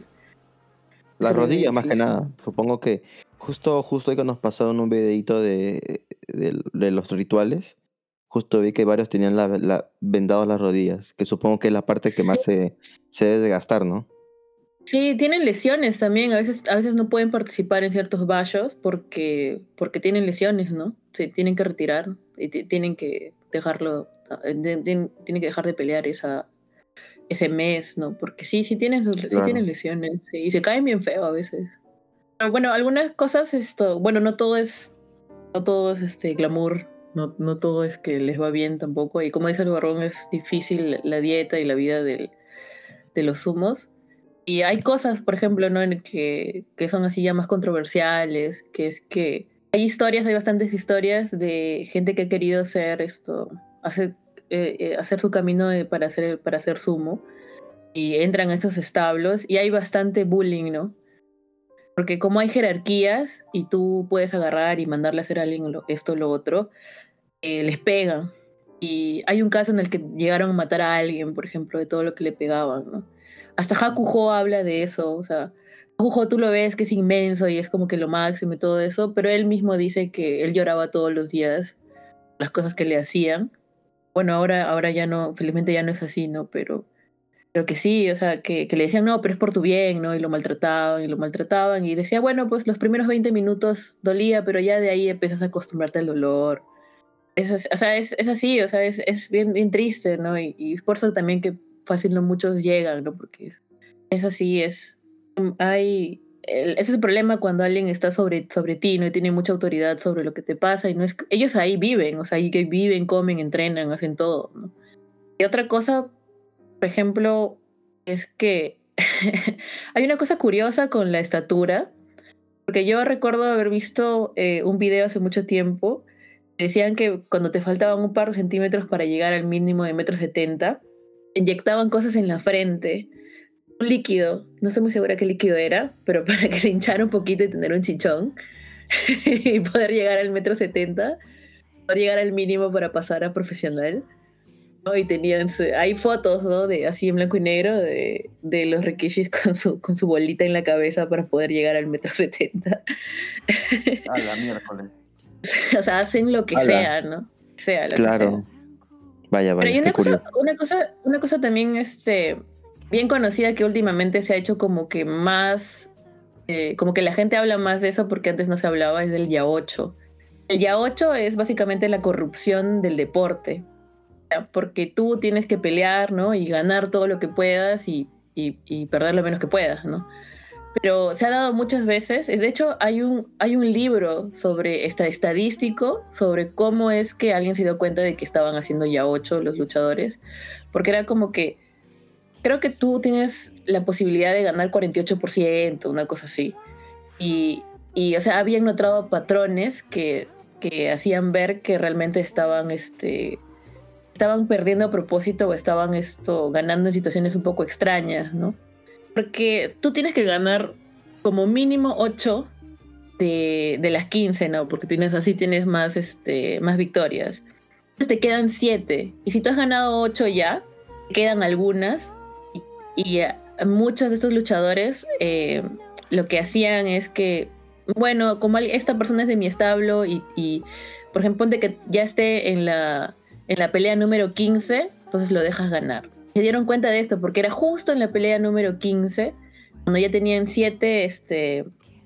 [SPEAKER 4] Las
[SPEAKER 3] Ser bien
[SPEAKER 4] rodillas más que
[SPEAKER 3] difícil.
[SPEAKER 4] nada. Supongo que justo, justo hoy que nos pasaron un videito de, de, de los rituales, justo vi que varios tenían la, la, vendados las rodillas, que supongo que es la parte que
[SPEAKER 3] Sí,
[SPEAKER 4] más se, se debe de gastar, ¿no?
[SPEAKER 3] sí, tienen lesiones también. A veces, a veces no pueden participar en ciertos vallos porque, porque tienen lesiones, ¿no? Se tienen que retirar y t- tienen que dejarlo, eh, de- de- tienen que dejar de pelear esa, ese mes, ¿no? Porque sí, sí tienen, sí
[SPEAKER 4] Claro.
[SPEAKER 3] tienen lesiones, sí, y se caen bien feo a veces. Pero bueno, algunas cosas, esto, bueno, no todo es, no todo es este glamour, no, no todo es que les va bien tampoco. Y como dice el Barbón, es difícil la dieta y la vida del, de los sumos. Y hay cosas, por ejemplo, ¿no? En que, que son así ya más controversiales, que es que hay historias, hay bastantes historias de gente que ha querido hacer esto, hacer, eh, eh, hacer su camino de- para hacer, para hacer sumo, y entran a esos establos y hay bastante bullying, ¿no? Porque como hay jerarquías y tú puedes agarrar y mandarle a hacer a alguien lo- esto o lo otro, eh, les pegan. Y hay un caso en el que llegaron a matar a alguien, por ejemplo, de todo lo que le pegaban, ¿no? Hasta Hakuho habla de eso, o sea, Hakuho tú lo ves que es inmenso y es como que lo máximo y todo eso, pero él mismo dice que él lloraba todos los días las cosas que le hacían. Bueno, ahora, ahora ya no, felizmente ya no es así, ¿no? Pero, pero que sí, o sea, que, que le decían, no, pero es por tu bien, ¿no? Y lo maltrataban y lo maltrataban y decía, bueno, pues los primeros veinte minutos dolía, pero ya de ahí empiezas a acostumbrarte al dolor. Es, así- o sea, es, es así, o sea, es, es bien, bien triste, ¿no? Y, y es por eso también que fácil no muchos llegan, ¿no? Porque es, es así, es... mm, Hay... el- ese es el problema cuando alguien está sobre, sobre ti, ¿no? Y tiene mucha autoridad sobre lo que te pasa y no es... Ellos ahí viven, o sea, ahí que viven, comen, entrenan, hacen todo, ¿no? Y otra cosa, por ejemplo, es que hay una cosa curiosa con la estatura, porque yo recuerdo haber visto eh, un video hace mucho tiempo. Decían que cuando te faltaban un par de centímetros para llegar al mínimo de metro setenta, inyectaban cosas en la frente, un líquido, no estoy muy segura qué líquido era, pero para que se hinchara un poquito y tener un chichón y poder llegar al metro setenta, poder llegar al mínimo para pasar a profesional, ¿no? Y tenían, su- hay fotos, ¿no? De así en blanco y negro de, de los Rikishis con su, con su bolita en la cabeza para poder llegar al metro setenta.
[SPEAKER 4] A la miércoles.
[SPEAKER 3] O sea, hacen lo que
[SPEAKER 4] Ala.
[SPEAKER 3] sea, ¿no? Sea lo que sea.
[SPEAKER 4] Claro. Vaya,
[SPEAKER 3] Pero hay
[SPEAKER 4] vaya, qué
[SPEAKER 3] una cosa,
[SPEAKER 4] curioso.
[SPEAKER 3] una cosa, una cosa también este, bien conocida que últimamente se ha hecho como que más, eh, como que la gente habla más de eso porque antes no se hablaba, es del yaocho. El yaocho es básicamente la corrupción del deporte, ¿ya? Porque tú tienes que pelear, ¿no? Y ganar todo lo que puedas y, y, y perder lo menos que puedas, ¿no? Pero se ha dado muchas veces. De hecho, hay un, hay un libro sobre esta estadístico, sobre cómo es que alguien se dio cuenta de que estaban haciendo ya ocho los luchadores, porque era como que, creo que tú tienes la posibilidad de ganar cuarenta y ocho por ciento, una cosa así. Y, y o sea, habían notado patrones que, que hacían ver que realmente estaban, este, estaban perdiendo a propósito o estaban esto, ganando en situaciones un poco extrañas, ¿no? Porque tú tienes que ganar como mínimo ocho de, de las quince, ¿no? Porque tienes así tienes más, este, más victorias. Entonces te quedan siete. Y si tú has ganado ocho ya, te quedan algunas. Y, y eh, muchos de estos luchadores eh, lo que hacían es que, bueno, como esta persona es de mi establo y, y por ejemplo, ponte que ya esté en la, en la pelea número quince, entonces lo dejas ganar. Se dieron cuenta de esto porque era justo en la pelea número quince, cuando ya tenían siete, este,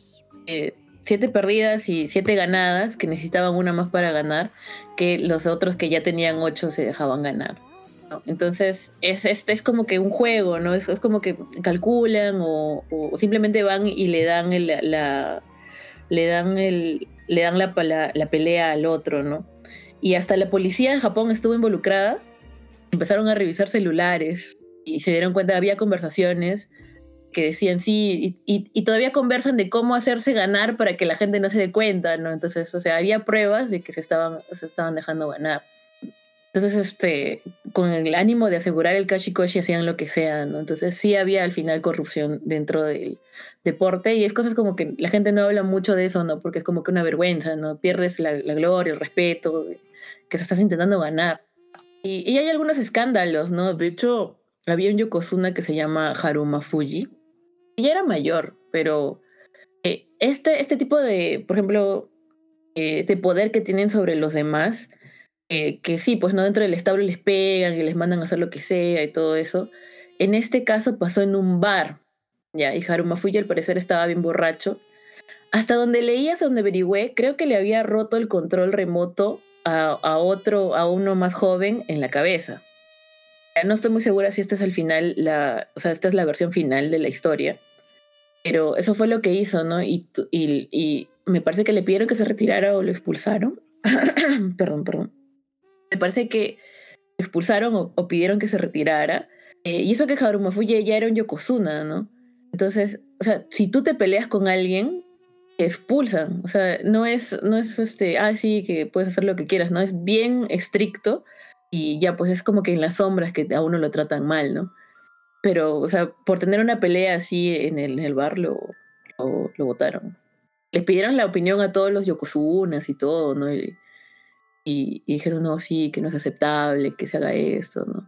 [SPEAKER 3] eh, siete perdidas y siete ganadas, que necesitaban una más para ganar, que los otros que ya tenían ocho se dejaban ganar, ¿no? Entonces es, es, es como que un juego, ¿no? Es, es como que calculan o, o simplemente van y le dan el, la, le dan el, le dan la, la, la pelea al otro, ¿no? Y hasta la policía en Japón estuvo involucrada. Empezaron a revisar celulares y se dieron cuenta, había conversaciones que decían sí, y, y, y todavía conversan de cómo hacerse ganar para que la gente no se dé cuenta, ¿no? Entonces, o sea, había pruebas de que se estaban, se estaban dejando ganar. Entonces, este, con el ánimo de asegurar el kashikoshi hacían lo que sea, ¿no? Entonces sí había al final corrupción dentro del deporte y es cosas como que la gente no habla mucho de eso, ¿no? Porque es como que una vergüenza, ¿no? Pierdes la, la gloria, el respeto que se estás intentando ganar. Y, y hay algunos escándalos, ¿no? De hecho, había un yokozuna que se llama Haruma Fuji. Ella era mayor, pero eh, este, este tipo de, por ejemplo, eh, de poder que tienen sobre los demás, eh, que sí, pues no dentro del establo les pegan y les mandan a hacer lo que sea y todo eso. En este caso pasó en un bar, ya, y Haruma Fuji al parecer estaba bien borracho. Hasta donde leí, hasta donde averigüé, creo que le había roto el control remoto a, a otro, a uno más joven en la cabeza. No estoy muy segura si esta es el final, la, o sea, esta es la versión final de la historia, pero eso fue lo que hizo, ¿no? Y, y, y me parece que le pidieron que se retirara o lo expulsaron. perdón, perdón. Me parece que lo expulsaron o, o pidieron que se retirara. Eh, y eso que Haruma Fuji ya era un yokozuna, ¿no? Entonces, o sea, si tú te peleas con alguien, te expulsan. O sea, no es, no es este, ah, sí, que puedes hacer lo que quieras, ¿no? Es bien estricto. Y ya, pues es como que en las sombras que a uno lo tratan mal, ¿no? Pero, o sea, por tener una pelea así en el, en el bar lo, lo, lo votaron. Les pidieron la opinión a todos los yokozunas y todo, ¿no? Y, y, y dijeron, no, sí, que no es aceptable que se haga esto, ¿no?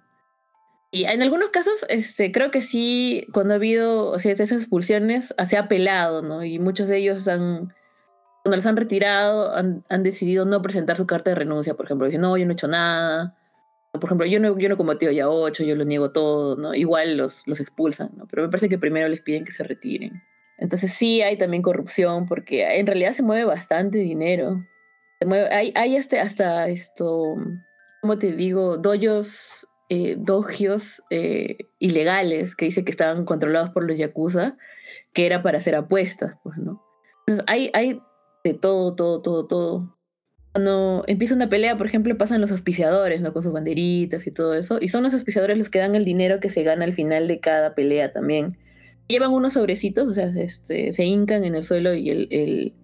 [SPEAKER 3] Y en algunos casos, este, creo que sí, cuando ha habido, o sea, esas expulsiones, se ha apelado, ¿no? Y muchos de ellos han, cuando los han retirado, han, han decidido no presentar su carta de renuncia, por ejemplo. Dicen, no, yo no he hecho nada. Por ejemplo, yo no, yo no he combatido ya ocho, yo lo niego todo, ¿no? Igual los, los expulsan, ¿no? Pero me parece que primero les piden que se retiren. Entonces sí hay también corrupción, porque en realidad se mueve bastante dinero. Se mueve, hay hay este, hasta esto, ¿cómo te digo? Dojos, eh, dojios eh, ilegales que dice que estaban controlados por los yakuza, que era para hacer apuestas, pues, ¿no? Entonces hay, hay de todo, todo, todo, todo. Cuando empieza una pelea, por ejemplo, pasan los auspiciadores, ¿no? Con sus banderitas y todo eso. Y son los auspiciadores los que dan el dinero que se gana al final de cada pelea también. Llevan unos sobrecitos, o sea, este, se hincan en el suelo y el, el,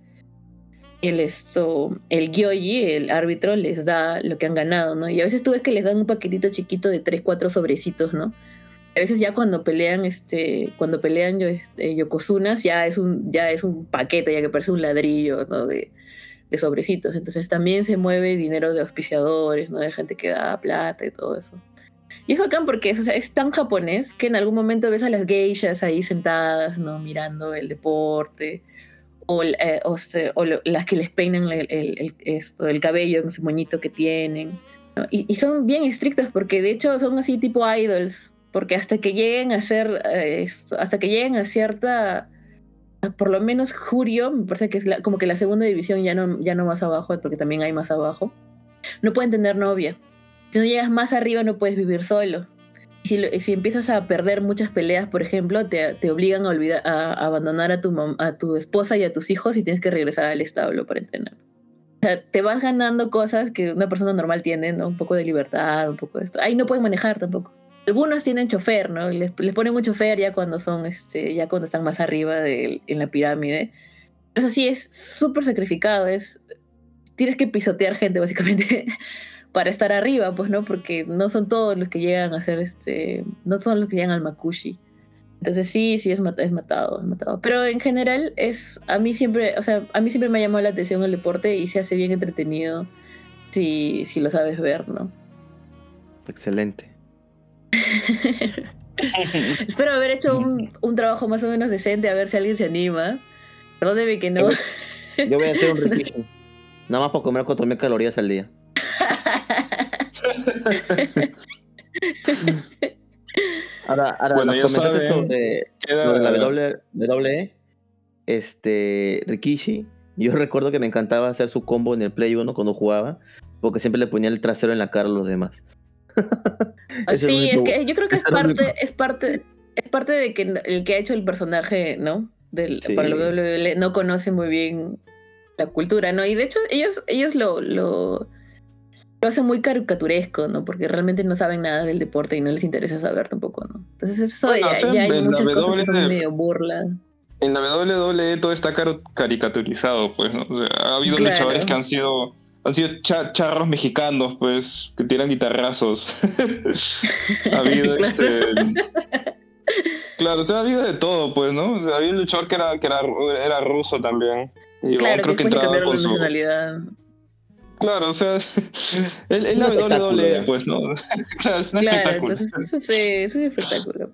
[SPEAKER 3] el, esto, el gyoji, el árbitro, les da lo que han ganado, ¿no? Y a veces tú ves que les dan un paquetito chiquito de tres, cuatro sobrecitos, ¿no? A veces ya cuando pelean, este, cuando pelean yo, este, yokozunas, ya es un, ya es un paquete, ya que parece un ladrillo, ¿no? De, de sobrecitos. Entonces también se mueve dinero de auspiciadores, ¿no? De gente que da plata y todo eso. Y es bacán porque es, o sea, es tan japonés que en algún momento ves a las geishas ahí sentadas, ¿no? Mirando el deporte. O, eh, o, se, o lo, las que les peinan el, el, el, esto, el cabello con su moñito que tienen. ¿no? Y, y son bien estrictos porque de hecho son así tipo idols, porque hasta que lleguen a ser, eh, hasta que lleguen a cierta, por lo menos Jurio, me parece que es la, como que la segunda división, ya no, ya no más abajo, porque también hay más abajo, no pueden tener novia. Si no llegas más arriba no puedes vivir solo. Si, lo, si empiezas a perder muchas peleas, por ejemplo, te, te obligan a, olvidar, a, a abandonar a tu, mam, a tu esposa y a tus hijos y tienes que regresar al establo para entrenar. O sea, te vas ganando cosas que una persona normal tiene, ¿no? Un poco de libertad, un poco de esto. Ahí no pueden manejar tampoco. Algunos tienen chofer, ¿no? Les, les ponen un chofer ya cuando son, este, ya cuando están más arriba de, en la pirámide. Pero así es súper sacrificado, es... Tienes que pisotear gente, básicamente, para estar arriba, pues, ¿no? Porque no son todos los que llegan a ser, este... No son los que llegan al Makushi. Entonces sí, sí, es, mat- es matado, es matado. Pero en general, es... A mí siempre, o sea, a mí siempre me ha llamado la atención el deporte y se hace bien entretenido si, si lo sabes ver, ¿no?
[SPEAKER 4] Excelente.
[SPEAKER 3] Espero haber hecho un, un trabajo más o menos decente, a ver si alguien se anima. Perdóneme que no.
[SPEAKER 4] Yo voy a hacer un Rikishi. Nada más por comer cuatro mil calorías al día. Ahora, ahora
[SPEAKER 5] Bueno,
[SPEAKER 4] nos
[SPEAKER 5] ya
[SPEAKER 4] comentaste
[SPEAKER 5] saben,
[SPEAKER 4] sobre,
[SPEAKER 5] queda-
[SPEAKER 4] sobre la W W E. Este, Rikishi. Yo recuerdo que me encantaba hacer su combo en el Play uno cuando jugaba, porque siempre le ponía el trasero en la cara a los demás. Ese
[SPEAKER 3] Sí,
[SPEAKER 4] es,
[SPEAKER 3] es
[SPEAKER 4] único,
[SPEAKER 3] que yo creo que es
[SPEAKER 4] ese es el único-
[SPEAKER 3] parte, es parte, es parte de que el que ha hecho el personaje, ¿no? Del,
[SPEAKER 4] Sí.
[SPEAKER 3] para la W W E no conoce muy bien la cultura, ¿no? Y de hecho ellos, ellos lo, lo, lo hacen muy caricaturesco, ¿no? Porque realmente no saben nada del deporte y no les interesa saber tampoco, ¿no? Entonces eso
[SPEAKER 5] Bueno,
[SPEAKER 3] ya,
[SPEAKER 5] o sea,
[SPEAKER 3] ya hay
[SPEAKER 5] en la
[SPEAKER 3] muchas cosas que
[SPEAKER 5] W-
[SPEAKER 3] son medio burla.
[SPEAKER 5] En la W W E todo está caro- caricaturizado, pues, ¿no? O sea, ha habido
[SPEAKER 3] Claro.
[SPEAKER 5] luchadores que han sido han sido cha- charros mexicanos, pues, que tiran guitarrazos. Ha habido
[SPEAKER 3] Claro.
[SPEAKER 5] este Claro, o sea, ha habido de todo, pues, ¿no? O sea, había un luchador que era, que era, era ruso también. Y
[SPEAKER 3] Claro,
[SPEAKER 5] creo
[SPEAKER 3] que
[SPEAKER 5] que
[SPEAKER 3] después le
[SPEAKER 5] entraba
[SPEAKER 3] cambiaron
[SPEAKER 5] con
[SPEAKER 3] la
[SPEAKER 5] su...
[SPEAKER 3] nacionalidad.
[SPEAKER 5] Claro, o sea, es, es
[SPEAKER 4] un
[SPEAKER 5] la W W E,
[SPEAKER 4] espectáculo.
[SPEAKER 5] pues, ¿no? Claro, es un
[SPEAKER 3] Claro,
[SPEAKER 5] espectáculo.
[SPEAKER 3] entonces sí, es un espectáculo.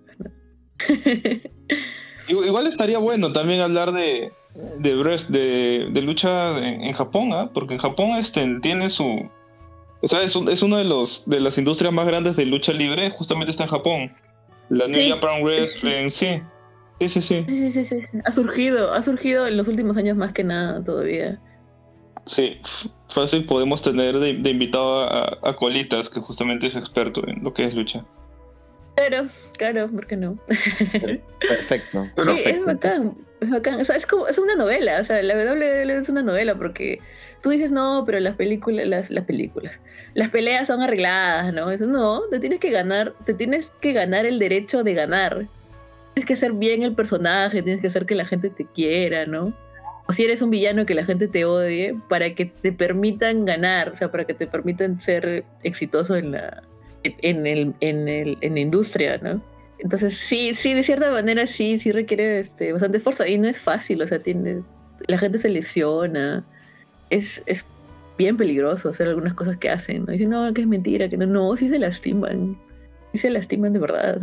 [SPEAKER 5] Igual igual estaría bueno también hablar de de, wrest- de, de lucha en, en Japón, ¿ah? Porque en Japón este, tiene su... O sea, es, un- es uno de los de las industrias más grandes de lucha libre, justamente está en Japón. La New
[SPEAKER 3] Sí,
[SPEAKER 5] Japan
[SPEAKER 3] sí,
[SPEAKER 5] Wrestling, sí. Sí, sí, sí.
[SPEAKER 3] Sí, sí, sí, sí, sí. Ha surgido, ha surgido en los últimos años más que nada todavía.
[SPEAKER 5] Sí, fácil podemos tener de, de invitado a, a Colitas, que justamente es experto en lo que es lucha.
[SPEAKER 3] Pero, claro, ¿por qué no?
[SPEAKER 4] Perfecto.
[SPEAKER 5] Pero-
[SPEAKER 3] Sí, es bacán, es bacán. O sea, es como, es una novela, o sea, la W W E es una novela porque tú dices, no, pero las películas, las, las películas, las peleas son arregladas, ¿no? Eso no, te tienes que ganar, te tienes que ganar el derecho de ganar. Tienes que hacer bien el personaje, tienes que hacer que la gente te quiera, ¿no? O si eres un villano que la gente te odie, para que te permitan ganar, o sea, para que te permitan ser exitoso en la, en el, en el, en la industria, ¿no? Entonces sí, sí, de cierta manera sí, sí requiere este, bastante esfuerzo y no es fácil, o sea, tiene, la gente se lesiona, es, es bien peligroso hacer algunas cosas que hacen, ¿no? Y dicen, no, que es mentira, que no, no, sí se lastiman, sí se lastiman de verdad.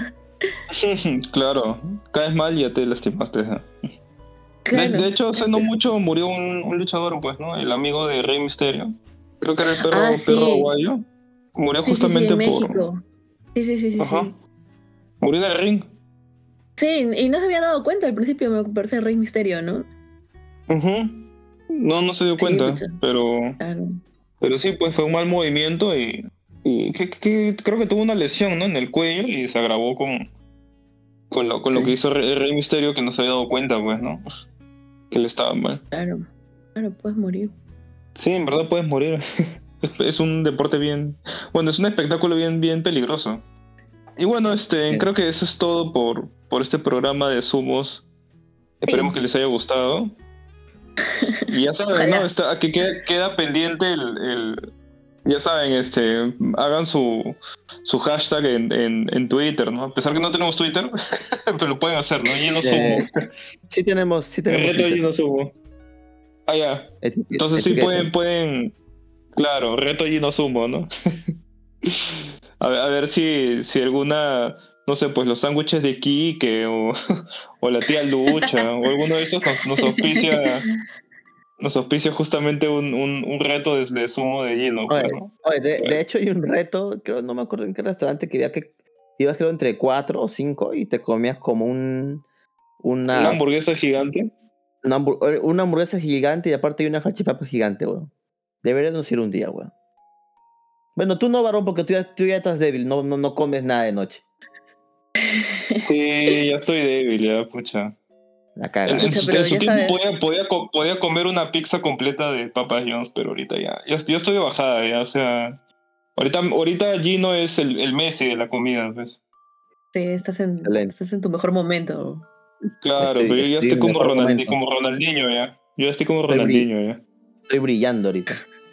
[SPEAKER 5] Claro, caes mal y ya te lastimaste. ¿eh? De,
[SPEAKER 3] Claro.
[SPEAKER 5] de hecho, hace no mucho murió un, un luchador, pues, ¿no? El amigo de Rey Mysterio. Creo que era el perro,
[SPEAKER 3] Ah,
[SPEAKER 5] perro
[SPEAKER 3] sí.
[SPEAKER 5] aguayo. Murió
[SPEAKER 3] Sí, sí, sí,
[SPEAKER 5] justamente
[SPEAKER 3] en
[SPEAKER 5] por...
[SPEAKER 3] México. Sí, sí, sí, sí,
[SPEAKER 5] Ajá.
[SPEAKER 3] sí.
[SPEAKER 5] Murió en el ring.
[SPEAKER 3] Sí, y no se había dado cuenta al principio, me parece Rey Misterio, ¿no?
[SPEAKER 5] Ujú. No, no se dio
[SPEAKER 3] Sí,
[SPEAKER 5] cuenta,
[SPEAKER 3] pucha.
[SPEAKER 5] pero...
[SPEAKER 3] Claro.
[SPEAKER 5] Pero sí, pues fue un mal movimiento y, y que, que- creo que tuvo una lesión, ¿no? En el cuello y se agravó con, con, lo, con lo
[SPEAKER 3] Sí.
[SPEAKER 5] que hizo Rey, Rey Mysterio, que no se había dado cuenta, pues, ¿no? Que le estaba mal.
[SPEAKER 3] Claro, claro, puedes morir.
[SPEAKER 5] Sí, en verdad puedes morir. Es, es un deporte bien... Bueno, es un espectáculo bien, bien peligroso. Y bueno, este,
[SPEAKER 4] Sí.
[SPEAKER 5] creo que eso es todo por, por este programa de sumos. Esperemos que les haya gustado. Y ya saben,
[SPEAKER 3] Ojalá.
[SPEAKER 5] ¿no? Está, que queda, queda pendiente el, el- ya saben, este, hagan su, su hashtag en, en, en Twitter, ¿no? A pesar que no tenemos Twitter, pero lo pueden hacer, ¿no? Y no
[SPEAKER 4] Eh,
[SPEAKER 5] subo.
[SPEAKER 4] Sí tenemos, sí tenemos
[SPEAKER 5] Reto y
[SPEAKER 4] Twitter.
[SPEAKER 5] no subo. Ah, ya.
[SPEAKER 4] Etiqueta-
[SPEAKER 5] Entonces sí
[SPEAKER 4] etiqueta.
[SPEAKER 5] pueden, pueden, claro, reto y no sumo, ¿no? a, ver, a ver si, si alguna, no sé, pues los sándwiches de Quique o, o la tía Lucha o alguno de esos nos, nos auspicia nos auspicia justamente un, un, un reto desde sumo de Gino.
[SPEAKER 4] Oye,
[SPEAKER 5] pues, ¿no?
[SPEAKER 4] oye, de, de hecho hay un reto, creo, no me acuerdo en qué restaurante, que ya que ibas creo entre cuatro o cinco y te comías como un
[SPEAKER 5] Una
[SPEAKER 4] una,
[SPEAKER 5] hamburguesa gigante.
[SPEAKER 4] una, hambur- una hamburguesa gigante y aparte hay una salchipapa gigante, weón. Deberíamos ir un día, weón. Bueno, tú no, varón, porque tú ya, tú ya estás débil, no, no, no comes nada de noche.
[SPEAKER 5] Sí, ya estoy débil, ya, pucha.
[SPEAKER 4] La
[SPEAKER 5] En,
[SPEAKER 4] caga.
[SPEAKER 5] en
[SPEAKER 3] Pucha,
[SPEAKER 5] su,
[SPEAKER 3] pero
[SPEAKER 5] en su
[SPEAKER 3] ya
[SPEAKER 5] tiempo
[SPEAKER 3] sabes.
[SPEAKER 5] podía, podía, co- podía comer una pizza completa de Papa John's, pero ahorita ya. Ya, yo estoy de bajada, ya, o sea. Ahorita, ahorita Gino es el, el Messi de la comida, pues.
[SPEAKER 3] Sí, estás en,
[SPEAKER 4] Excelente.
[SPEAKER 3] estás en tu mejor momento.
[SPEAKER 5] Claro,
[SPEAKER 4] Estoy,
[SPEAKER 5] pero yo ya
[SPEAKER 4] estoy
[SPEAKER 5] estoy
[SPEAKER 4] en mi
[SPEAKER 5] como,
[SPEAKER 4] mejor
[SPEAKER 5] Ronaldi,
[SPEAKER 4] momento.
[SPEAKER 5] como Ronaldinho, ya. Yo ya estoy como
[SPEAKER 4] Estoy, bri-
[SPEAKER 5] Ronaldinho, ya.
[SPEAKER 4] estoy brillando ahorita.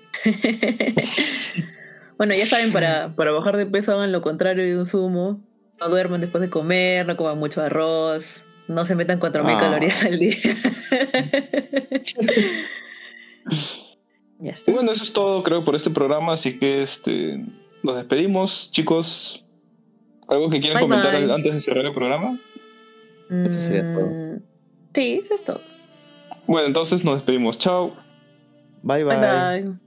[SPEAKER 3] Bueno, ya saben, para, para bajar de peso hagan lo contrario de un sumo. No duerman después de comer, no coman mucho arroz, no se metan cuatro mil
[SPEAKER 4] Ah.
[SPEAKER 3] calorías al día. Ya
[SPEAKER 5] Y
[SPEAKER 3] está.
[SPEAKER 5] bueno, eso es todo, creo, por este programa, así que este nos despedimos, chicos. ¿Algo que quieran
[SPEAKER 3] Bye
[SPEAKER 5] comentar
[SPEAKER 3] bye.
[SPEAKER 5] al- antes de cerrar el programa?
[SPEAKER 4] Eso sería todo.
[SPEAKER 3] Mm, sí, eso es todo.
[SPEAKER 5] Bueno, entonces nos despedimos. Chao.
[SPEAKER 4] Bye
[SPEAKER 3] Bye
[SPEAKER 4] bye.
[SPEAKER 3] bye.